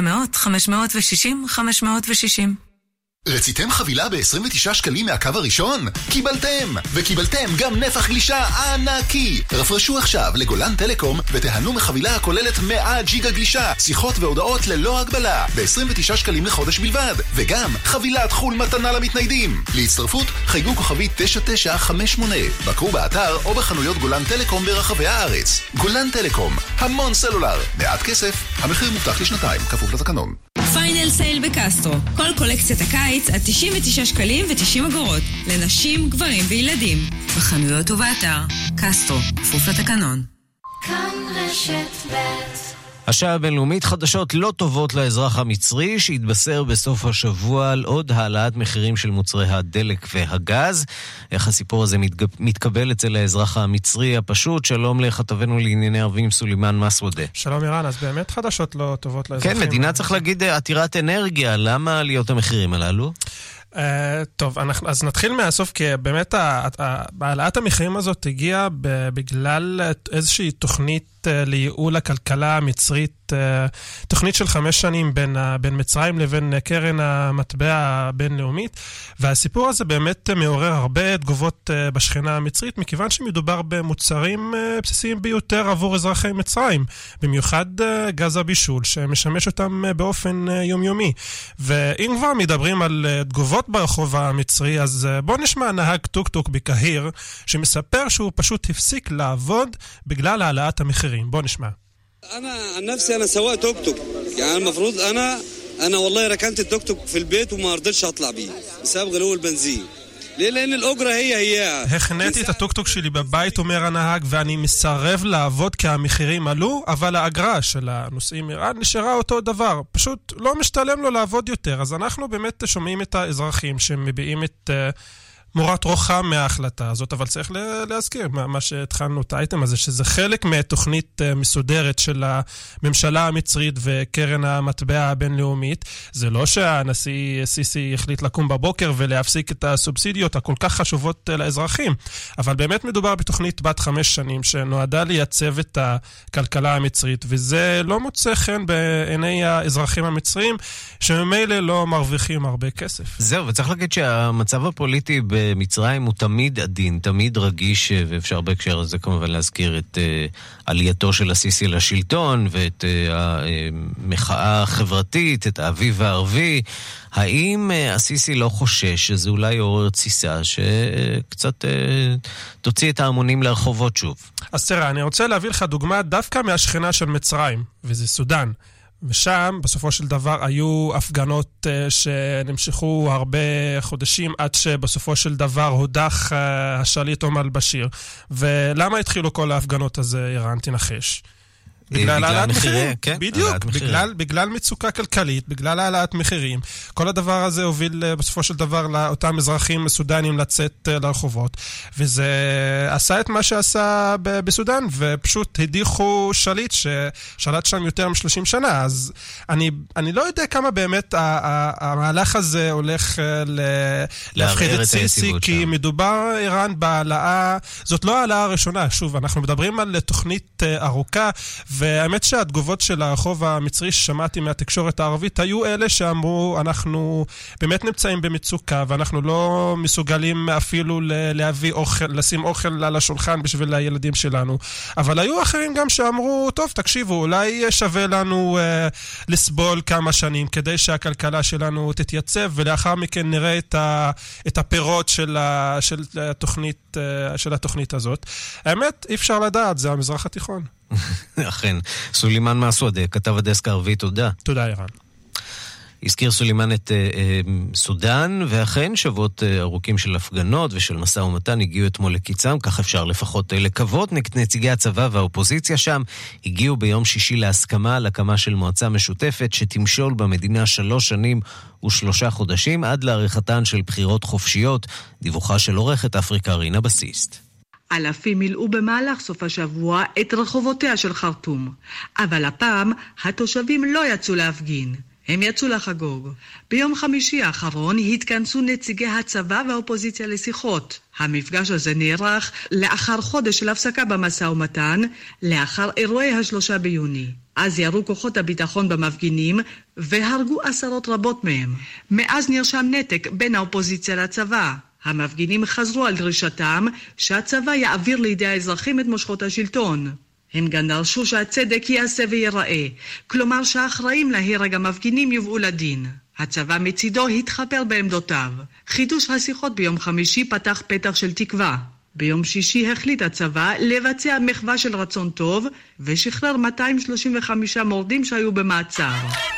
רציתם חבילה ב-29 שקלים מהקו הראשון? קיבלתם! וקיבלתם גם נפח גלישה ענקי! רפרשו עכשיו לגולן טלקום ותהנו מחבילה הכוללת 100 ג'יגה גלישה, שיחות והודעות ללא הגבלה, ב-29 שקלים לחודש בלבד, וגם חבילת חול מתנה למתניידים. להצטרפות חייגו כוכבי 9958, בקרו באתר או בחנויות גולן טלקום ברחבי הארץ. גולן טלקום, המון סלולר, מעט כסף, המחיר מובטח לשנתיים, כפוף לתקנון. פיינל סייל בקסטרו. כל קולקציית הקיץ עד 99 שקלים ו90 אגורות. לנשים, גברים וילדים. בחנויות ובאתר. קסטרו, כפוף לתקנון. כאן רשת ב'. השעה הבינלאומית, חדשות לא טובות לאזרח המצרי שהתבשר בסוף השבוע על עוד העלאת מחירים של מוצרי הדלק והגז. איך הסיפור הזה מתקבל אצל האזרח המצרי הפשוט? שלום לכתבנו לענייני ערבים סולימן מסוודה. שלום אירן, אז באמת חדשות לא טובות לאזרחים. כן, מדינה צריך להגיד עתירת אנרגיה, למה עליות המחירים הללו? טוב, אז נתחיל מהסוף, כי באמת העלאת המחירים הזאת הגיעה בגלל איזושהי תוכנית לייעול הכלכלה המצרית, תוכנית של 5 שנים בין מצרים לבין קרן המטבע הבינלאומית, והסיפור הזה באמת מעורר הרבה תגובות בשכנה המצרית, מכיוון שמדובר במוצרים בסיסיים ביותר עבור אזרחי מצרים, במיוחד גז הבישול שמשמש אותם באופן יומיומי. ואם כבר מדברים על תגובות ברחוב המצרי, אז בוא נשמע נהג טוק-טוק בקהיר שמספר שהוא פשוט הפסיק לעבוד בגלל העלאת המחירים. בוא נשמע. أنا عن نفسي أنا سواق توك توك يعني المفروض أنا والله ركنت التوك توك في البيت وما رضيتش أطلع بيه بسبب غلو البنزين. לيه? لأن الأجرة هي. הכנתי את הטוקטוק שלי בבית, אומר הנהג, ואני מסרב לעבוד כי המחירים עלו, אבל האגרה של הנוסעים נשארה אותו דבר. פשוט לא משתלם לו לעבוד יותר. אז אנחנו באמת שומעים את האזרחים שמביעים את מורת רוחם מההחלטה הזאת, אבל צריך להזכיר מה שהתחלנו את האייטם הזה, שזה חלק מתוכנית מסודרת של הממשלה המצרית וקרן המטבע הבינלאומית. זה לא שהנשיא סיסי החליט לקום בבוקר ולהפסיק את הסובסידיות הכל כך חשובות לאזרחים, אבל באמת מדובר בתוכנית בת 5 שנים שנועדה לייצב את הכלכלה המצרית, וזה לא מוצא חן בעיני האזרחים המצרים שממילא לא מרוויחים הרבה כסף. זהו, וצריך להגיד שהמצב הפוליטי במצרים הוא תמיד עדין, תמיד רגיש, ואפשר בהקשר הזה כמובן להזכיר את עלייתו של הסיסי לשלטון, ואת המחאה החברתית, את האביב הערבי. האם הסיסי לא חושש שזה אולי יעורר תסיסה שקצת תוציא את ההמונים לרחובות שוב? אז תראה, אני רוצה להביא לך דוגמה דווקא מהשכנה של מצרים, וזה סודן. ושם בסופו של דבר היו הפגנות שנמשכו הרבה חודשים עד שבסופו של דבר הודח השליט עומר אל-בשיר. ולמה התחילו כל ההפגנות הזה, איראן? תנחש. בגלל העלאת מחירים, כן? בדיוק, בגלל מצוקה כלכלית, בגלל העלאת מחירים. כל הדבר הזה הוביל בסופו של דבר לאותם אזרחים סודנים לצאת לרחובות, וזה עשה את מה שעשה בסודן, ופשוט הדיחו שליט ששלט שם יותר מ-30 שנה. אז אני לא יודע כמה באמת המהלך הזה הולך להפחיד את סיסי, כי מדובר איראן בהעלאה, זאת לא העלאה הראשונה. שוב, אנחנו מדברים על תוכנית ארוכה, והאמת שהתגובות של הרחוב המצרי ששמעתי מהתקשורת הערבית היו אלה שאמרו, אנחנו באמת נמצאים במצוקה ואנחנו לא מסוגלים אפילו להביא אוכל, לשים אוכל על השולחן בשביל הילדים שלנו. אבל היו אחרים גם שאמרו, טוב, תקשיבו, אולי שווה לנו לסבול כמה שנים כדי שהכלכלה שלנו תתייצב, ולאחר מכן נראה את הפירות של התוכנית הזאת. האמת, אי אפשר לדעת, זה המזרח התיכון. אכן. סולימן מסעודה, כתב הדסק הערבי, תודה. תודה, אירן. הזכיר סולימן את סודן, ואכן שבועות ארוכים של הפגנות ושל משא ומתן הגיעו אתמול לקיצם, כך אפשר לפחות לקוות. נציגי הצבא והאופוזיציה שם הגיעו ביום שישי להסכמה על הקמה של מועצה משותפת שתמשול במדינה 3 שנים ו3 חודשים עד לעריכתן של בחירות חופשיות. דיווחה של עורכת אפריקה רינה בסיסט. אלפים מילאו במהלך סוף השבוע את רחובותיה של חרטום, אבל הפעם התושבים לא יצאו להפגין, הם יצאו לחגוג. ביום חמישי האחרון התכנסו נציגי הצבא והאופוזיציה לשיחות. המפגש הזה נערך לאחר חודש של הפסקה במשא ומתן, לאחר אירועי 3 ביוני. אז ירו כוחות הביטחון במפגינים והרגו עשרות רבות מהם. מאז נרשם נתק בין האופוזיציה לצבא. המפגינים חזרו על דרישתם שהצבא יעביר לידי האזרחים את מושכות השלטון. הם גם דרשו שהצדק ייעשה ויראה, כלומר שהאחראים להרג המפגינים יובאו לדין. הצבא מצידו התחפר בעמדותיו. חידוש השיחות ביום חמישי פתח פתח של תקווה. ביום שישי החליט הצבא לבצע מחווה של רצון טוב ושחרר 235 מורדים שהיו במעצר.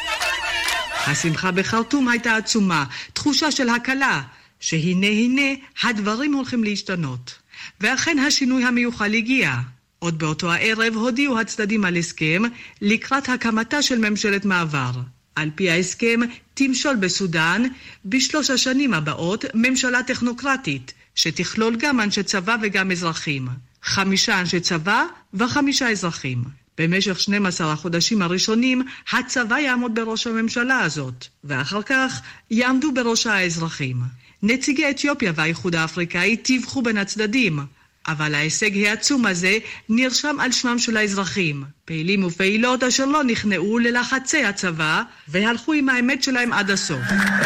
השמחה בחרטום הייתה עצומה, תחושה של הקלה, שהנה הדברים הולכים להשתנות. ואכן השינוי המיוחל הגיע. עוד באותו הערב הודיעו הצדדים על הסכם לקראת הקמתה של ממשלת מעבר. על פי ההסכם תמשול בסודן ב3 השנים הבאות ממשלה טכנוקרטית, שתכלול גם אנשי צבא וגם אזרחים. 5 אנשי צבא ו5 אזרחים. במשך 12 החודשים הראשונים הצבא יעמוד בראש הממשלה הזאת, ואחר כך יעמדו בראשה האזרחים. נציגי אתיופיה והאיחוד האפריקאי טיווחו בין הצדדים, אבל ההישג העצום הזה נרשם על שמם של האזרחים, פעילים ופעילות אשר לא נכנעו ללחצי הצבא והלכו עם האמת שלהם עד הסוף.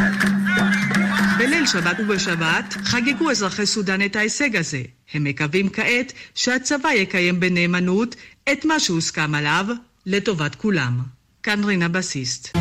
בליל שבת ובשבת חגגו אזרחי סודן את ההישג הזה. הם מקווים כעת שהצבא יקיים בנאמנות את מה שהוסכם עליו לטובת כולם. כאן רינה בסיסט.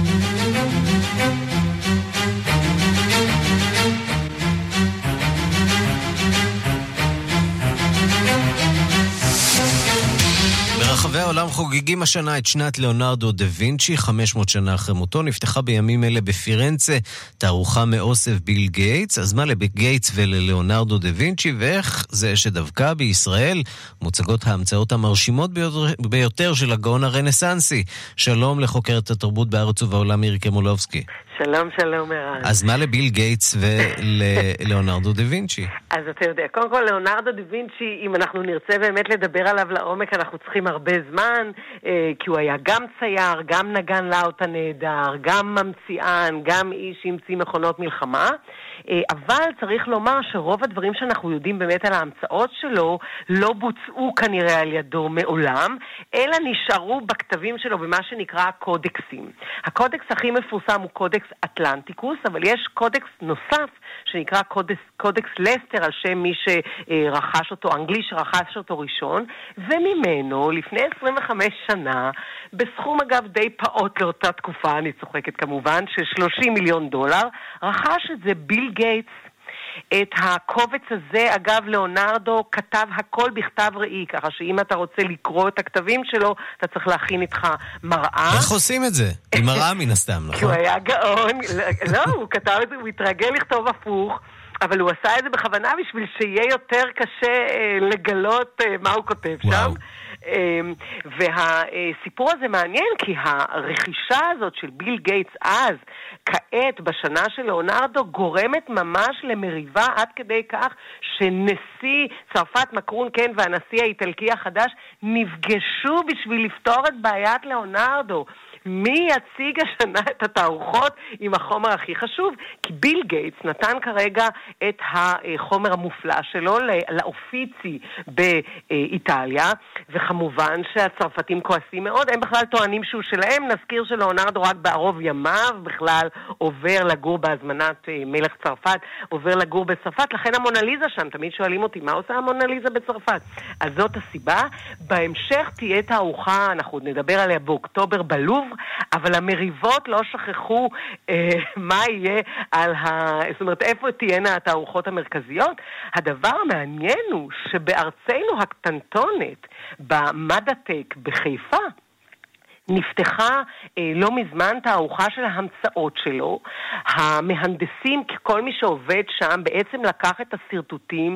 ברחבי העולם חוגגים השנה את שנת ליאונרדו דה וינצ'י, 500 שנה אחרי מותו. נפתחה בימים אלה בפירנצה תערוכה מאוסף ביל גייטס. אז מה לביל גייטס ולליאונרדו דה וינצ'י, ואיך זה שדווקא בישראל מוצגות ההמצאות המרשימות ביותר של הגאון הרנסנסי? שלום לחוקרת התרבות בארץ ובעולם מירי קמולובסקי. שלום, שלום ערן. אז מה לביל גייטס ולליאונרדו דה וינצ'י? אז אתה יודע, קודם כל ליאונרדו דה וינצ'י, אם אנחנו נרצה באמת לדבר עליו לעומק, אנחנו צריכים הרבה זמן, כי הוא היה גם צייר, גם נגן לאוט הנהדר, גם ממציאן, גם איש שהמציא מכונות מלחמה. אבל צריך לומר שרוב הדברים שאנחנו יודעים באמת על ההמצאות שלו לא בוצעו כנראה על ידו מעולם, אלא נשארו בכתבים שלו במה שנקרא קודקסים. הקודקס הכי מפורסם הוא קודקס אטלנטיקוס, אבל יש קודקס נוסף שנקרא קודקס לסטר, על שם מי שרכש אותו, אנגלי שרכש אותו ראשון, וממנו לפני 25 שנה, בסכום אגב די פעוט לאותה תקופה, אני צוחקת כמובן, של $30 מיליון, רכש את זה ביל גייטס. את הקובץ הזה, אגב, ליאונרדו כתב הכל בכתב ראי, ככה שאם אתה רוצה לקרוא את הכתבים שלו, אתה צריך להכין איתך מראה. איך עושים את זה? עם מראה מן הסתם, נכון? הוא היה גאון, לא, הוא כתב את זה, הוא התרגל לכתוב הפוך, אבל הוא עשה את זה בכוונה בשביל שיהיה יותר קשה לגלות מה הוא כותב שם. והסיפור הזה מעניין, כי הרכישה הזאת של ביל גייטס אז, כעת בשנה של ליאונרדו, גורמת ממש למריבה עד כדי כך שנשיא צרפת מקרון כן והנשיא האיטלקי החדש נפגשו בשביל לפתור את בעיית ליאונרדו. מי יציג השנה את התערוכות עם החומר הכי חשוב? כי ביל גייטס נתן כרגע את החומר המופלא שלו לאופיצי באיטליה, וכמובן שהצרפתים כועסים מאוד, הם בכלל טוענים שהוא שלהם. נזכיר שליאונרדו רק בערוב ימיו בכלל עובר לגור בהזמנת מלך צרפת, עובר לגור בצרפת, לכן המונליזה שם, תמיד שואלים אותי מה עושה המונליזה בצרפת? אז זאת הסיבה. בהמשך תהיה תערוכה, אנחנו נדבר עליה באוקטובר בלוב, אבל המריבות לא שכחו מה יהיה זאת אומרת, איפה תהיינה התערוכות המרכזיות. הדבר המעניין הוא שבארצנו הקטנטונת, במדטק בחיפה, נפתחה לא מזמן תערוכה של ההמצאות שלו. המהנדסים, כל מי שעובד שם, בעצם לקח את הסרטוטים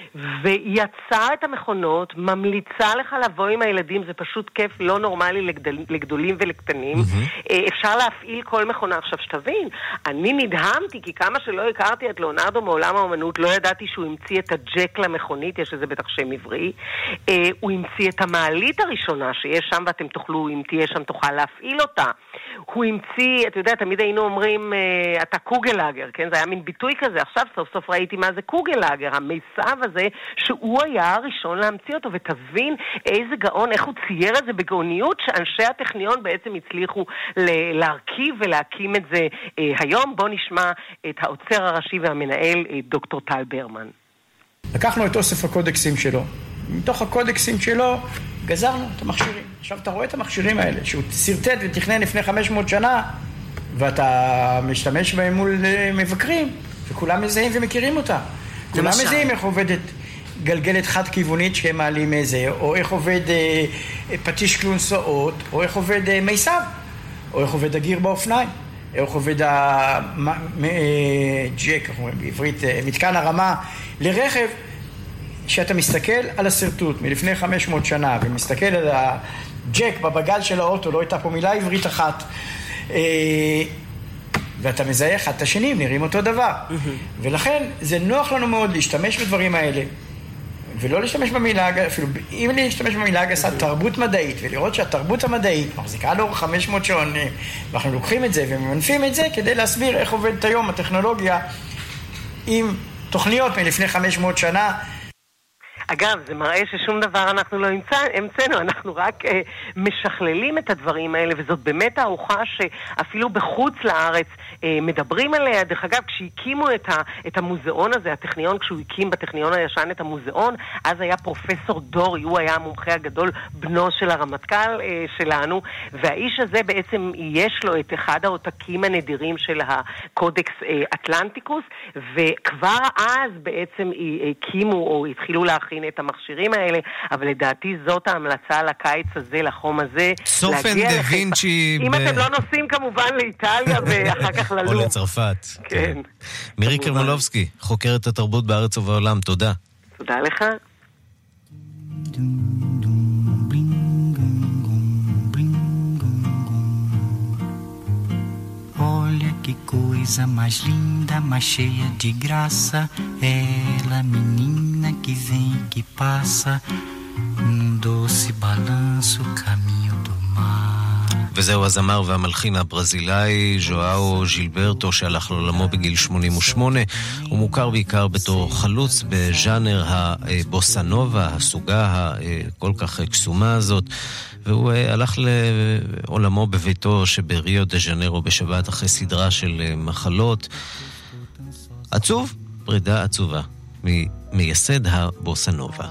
ויצר את המכונות, ממליצה לך לבוא עם הילדים, זה פשוט כיף לא נורמלי לגדולים ולקטנים. אפשר להפעיל כל מכונה. עכשיו שתבין, אני נדהמתי, כי כמה שלא הכרתי את ליאונרדו מעולם האמנות, לא ידעתי שהוא המציא את הג'ק למכונית, יש איזה בטח שם עברי. הוא המציא את המעלית הראשונה שיש שם, ואתם תוכלו, אם תהיה שם תוכל להפעיל אותה. הוא המציא, אתה יודע, תמיד היינו אומרים, אתה קוגלאגר, כן? זה היה מין ביטוי כזה. עכשיו סוף סוף ראיתי מה זה קוגלאגר, המיסב הזה, שהוא היה הראשון להמציא אותו, ותבין איזה גאון, איך הוא צייר את זה בגאוניות, שאנשי הטכניון בעצם הצליחו להרכיב ולהקים את זה היום. בוא נשמע את האוצר הראשי והמנהל, דוקטור טל ברמן. לקחנו את אוסף הקודקסים שלו. מתוך הקודקסים שלו גזרנו את המכשירים. עכשיו אתה רואה את המכשירים האלה, שהוא סרטט ותכנן לפני 500 שנה, ואתה משתמש בהם מול מבקרים, וכולם מזהים ומכירים אותה. כולם מזהים איך עובדת גלגלת חד-כיוונית שהם מעלים איזה, או איך עובד פטיש קלונסאות, או איך עובד מיסב, או איך עובד הגיר באופניים, איך עובד ג'ק, אנחנו אומרים בעברית, מתקן הרמה לרכב. שאתה מסתכל על הסרטוט מלפני 500 שנה, ומסתכל על הג'ק בבגל של האוטו, לא הייתה פה מילה עברית אחת, ואתה מזהה אחד את השנים, נראים אותו דבר. ולכן זה נוח לנו מאוד להשתמש בדברים האלה, ולא להשתמש במילה, אפילו אם להשתמש במילה גסה, תרבות מדעית, ולראות שהתרבות המדעית מחזיקה לאורך 500 שנים, ואנחנו לוקחים את זה וממנפים את זה כדי להסביר איך עובדת היום הטכנולוגיה עם תוכניות מלפני 500 שנה. אגב, זה מראה ששום דבר אנחנו לא המצאנו, אנחנו רק משכללים את הדברים האלה, וזאת באמת תערוכה שאפילו בחוץ לארץ מדברים עליה. דרך אגב, כשהקימו את המוזיאון הזה, הטכניון, כשהוא הקים בטכניון הישן את המוזיאון, אז היה פרופסור דורי, הוא היה המומחה הגדול, בנו של הרמטכ"ל שלנו, והאיש הזה בעצם יש לו את אחד העותקים הנדירים של הקודקס אטלנטיקוס, וכבר אז בעצם הקימו או התחילו להכין להכין את המכשירים האלה, אבל לדעתי זאת ההמלצה לקיץ הזה, לחום הזה. סופן דה וינצ'י. אם אתם לא נוסעים כמובן לאיטליה ואחר כך ללוב. או לצרפת. כן. מירי קרמלובסקי, חוקרת התרבות בארץ ובעולם, תודה. תודה לך. Olha que coisa mais linda, mais cheia de graça. Ela, menina que vem e que passa, num doce balanço, caminho do mar. וזהו הזמר והמלחין הברזילאי ז'ואאו ז'ילברטו שהלך לעולמו בגיל 88. הוא מוכר בעיקר בתור חלוץ בז'אנר הבוסנובה, הסוגה הכל כך קסומה הזאת, והוא הלך לעולמו בביתו שבריו דה ז'נרו בשבת אחרי סדרה של מחלות. עצוב, פרידה עצובה ממייסד הבוסנובה.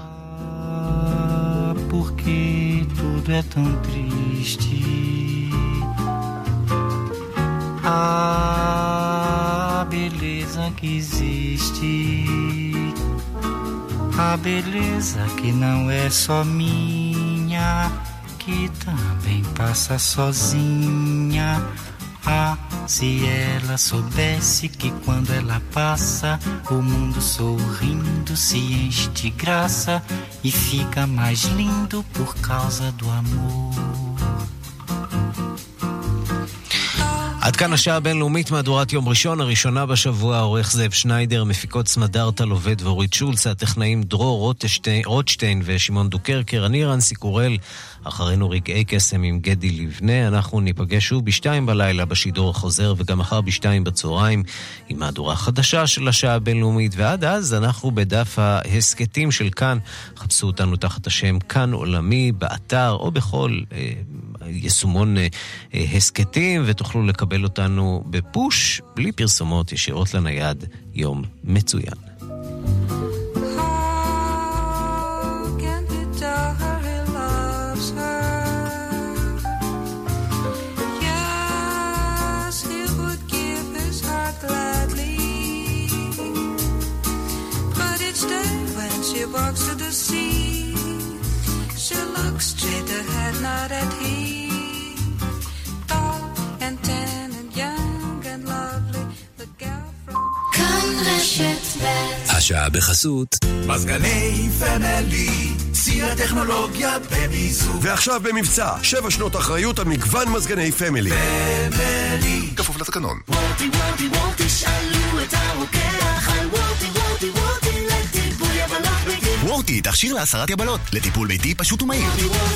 Porque tudo é tão triste. A beleza que existe, a beleza que não é só minha, que também passa sozinha. Ah, se ela soubesse que quando ela passa, o mundo sorrindo se enche de graça e fica mais lindo por causa do amor. עד כאן השעה הבינלאומית, מהדורת יום ראשון, הראשונה בשבוע. עורך זאב שניידר, מפיקות סמדארטה לובד ואורית שולץ, הטכנאים דרור רוטשטיין ושמעון דוקרקר. אני רנסי קורל, אחרינו רגעי קסם עם גדי לבנה. אנחנו ניפגש שוב ב2 בלילה בשידור החוזר, וגם מחר ב2 בצהריים עם מהדורה חדשה של השעה הבינלאומית. ועד אז אנחנו בדף ההסקטים של כאן. חפשו אותנו תחת השם כאן עולמי באתר או בכל יישומון הסקטים, ותוכלו לקבל אותנו בפוש בלי פרסומות ישירות לנייד. יום מצוין. She walks to the sea. She looks straight ahead, not at him. Tall and tan and young and lovely. The girl from כאן רשת ב'. השעה בחסות מזגני פמילי, שיא הטכנולוגיה במיזוג. ועכשיו במבצע 7 שנות אחריות על מגוון מזגני פמילי. פמילי כפוף לתקנון. וולטי וולטי וולטי, שאלו את הרוקח על וולטי וולטי וולטי לטיפול יבלות ביתי. וורטי, תכשיר להסרת יבלות, לטיפול ביתי פשוט ומהיר.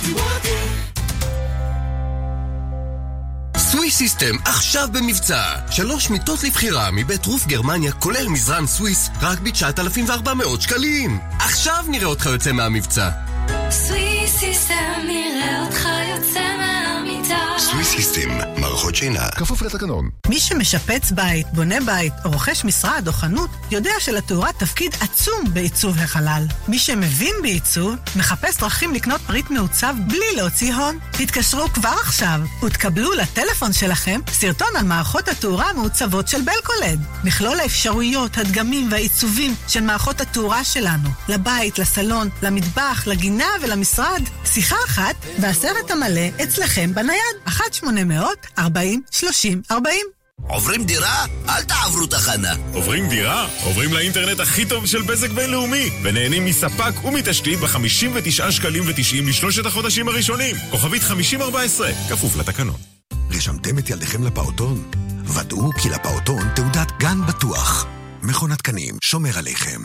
סוויס סיסטם עכשיו במבצע. 3 מיטות לבחירה מבית רוף גרמניה, כולל מזרן סוויס, רק ב9,400 שקלים. עכשיו נראה אותך יוצא מהמבצע. סוויס סיסטם, נראה אותך יוצא מהמיטה. סוויס סיסטם, מערכות שינה, כפוף לתקנון. מי שמשפץ בית, בונה בית או רוכש משרד או חנות, יודע שלתאורה תפקיד עצום בעיצוב החלל. מי שמבין בעיצוב, מחפש דרכים לקנות פריט מעוצב בלי להוציא הון. תתקשרו כבר עכשיו ותקבלו לטלפון שלכם סרטון על מערכות התאורה המעוצבות של בלקולד. מכלול האפשרויות, הדגמים והעיצובים של מערכות התאורה שלנו. לבית, לסלון, למטבח, לגינה ולמשרד. שיחה אחת והסרט המלא אצלכם בנייד. 1-800-40-30-40. עוברים דירה? אל תעברו תחנה. עוברים דירה? עוברים לאינטרנט הכי טוב של בזק בינלאומי ונהנים מספק ומתשתית ב-59 שקלים ו90 לשלושת החודשים הראשונים. כוכבית 5014, כפוף לתקנון. רשמתם את ילדיכם לפעוטון? ודאו כי לפעוטון תעודת גן בטוח. מכון התקנים שומר עליכם.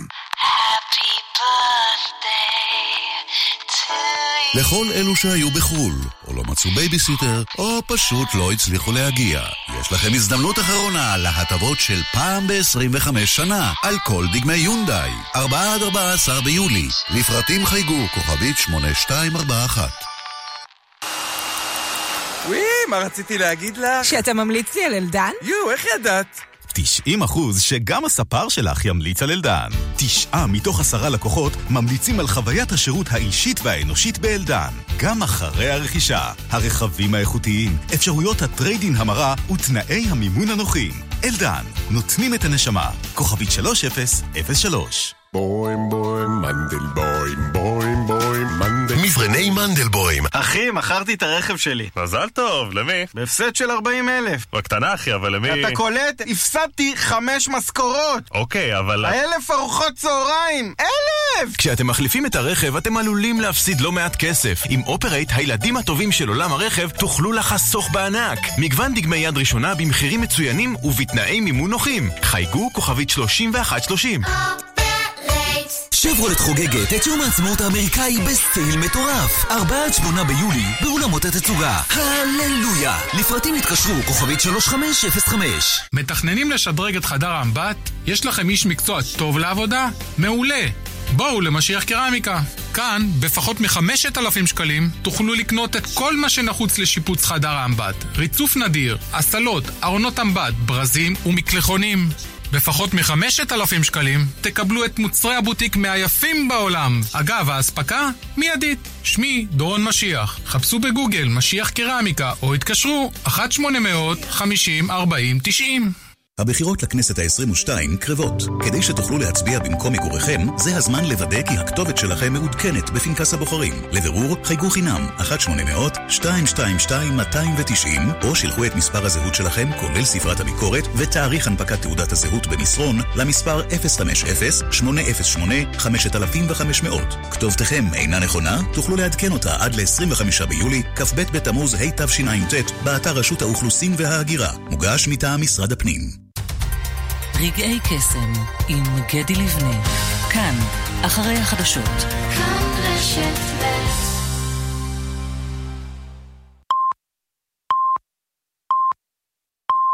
לכל אלו שהיו בחול, או לא מצאו בייביסיטר, או פשוט לא הצליחו להגיע. יש לכם הזדמנות אחרונה להטבות של פעם ב-25 שנה, על כל דגמי יונדאי. 4-14 ביולי. לפרטים חייגו, כוכבית 8241. וואי, מה רציתי להגיד לך? שאתה ממליץ לי על אלדן? איך ידעת? 90% שגם הספר שלך ימליץ על אלדן. 9 מתוך 10 לקוחות ממליצים על חוויית השירות האישית והאנושית באלדן. גם אחרי הרכישה, הרכבים האיכותיים, אפשרויות הטריידין המרה ותנאי המימון הנוחים. אלדן, נותנים את הנשמה. כוכבית 3003. בוים בוים מזרני מנדלבוים. אחי, מכרתי את הרכב שלי. מזל טוב, למי? בהפסד של 40,000. בקטנה אחי, אבל למי? אתה קולט? הפסדתי 5 משכורות. אוקיי, אבל... 1,000 ארוחות צהריים! 1,000! כשאתם מחליפים את הרכב, אתם עלולים להפסיד לא מעט כסף. עם אופרייט, הילדים הטובים של עולם הרכב, תוכלו לחסוך בענק. מגוון דגמי יד ראשונה במחירים מצוינים ובתנאי מימון נוחים. חייגו כוכבית 3130. שברולט חוגגת את יום העצמאות האמריקאי בסייל מטורף. 4-8 ביולי באולמות התצוגה. הללויה. לפרטים התקשרו כוכבית 3505. מתכננים לשדרג את חדר האמבט? יש לכם איש מקצוע טוב לעבודה? מעולה. בואו למשיח קרמיקה. כאן, בפחות מ5,000 שקלים, תוכלו לקנות את כל מה שנחוץ לשיפוץ חדר האמבט. ריצוף נדיר, אסלות, ארונות אמבט, ברזים ומקלחונים. בפחות מ5,000 שקלים תקבלו את מוצרי הבוטיק מהיפים בעולם. אגב, ההספקה מיידית. שמי דורון משיח. חפשו בגוגל משיח קרמיקה או התקשרו 1-800-50-40-90. הבחירות לכנסת ה-22 קרבות. כדי שתוכלו להצביע במקום מגוריכם, זה הזמן לוודא כי הכתובת שלכם מעודכנת בפנקס הבוחרים. לבירור, חייגו חינם 1-800-222-290 או שלחו את מספר הזהות שלכם, כולל ספרת הביקורת ותאריך הנפקת תעודת הזהות במסרון, למספר 050-808-5500. כתובתכם אינה נכונה? תוכלו לעדכן אותה עד ל-25 ביולי, כ"ב בתמוז התשע"ט, באתר רשות האוכלוסין וההגירה. מוגש מטעם משרד הפנים. רגעי קסם עם גדי לבנה. כאן, אחרי החדשות. כאן רשת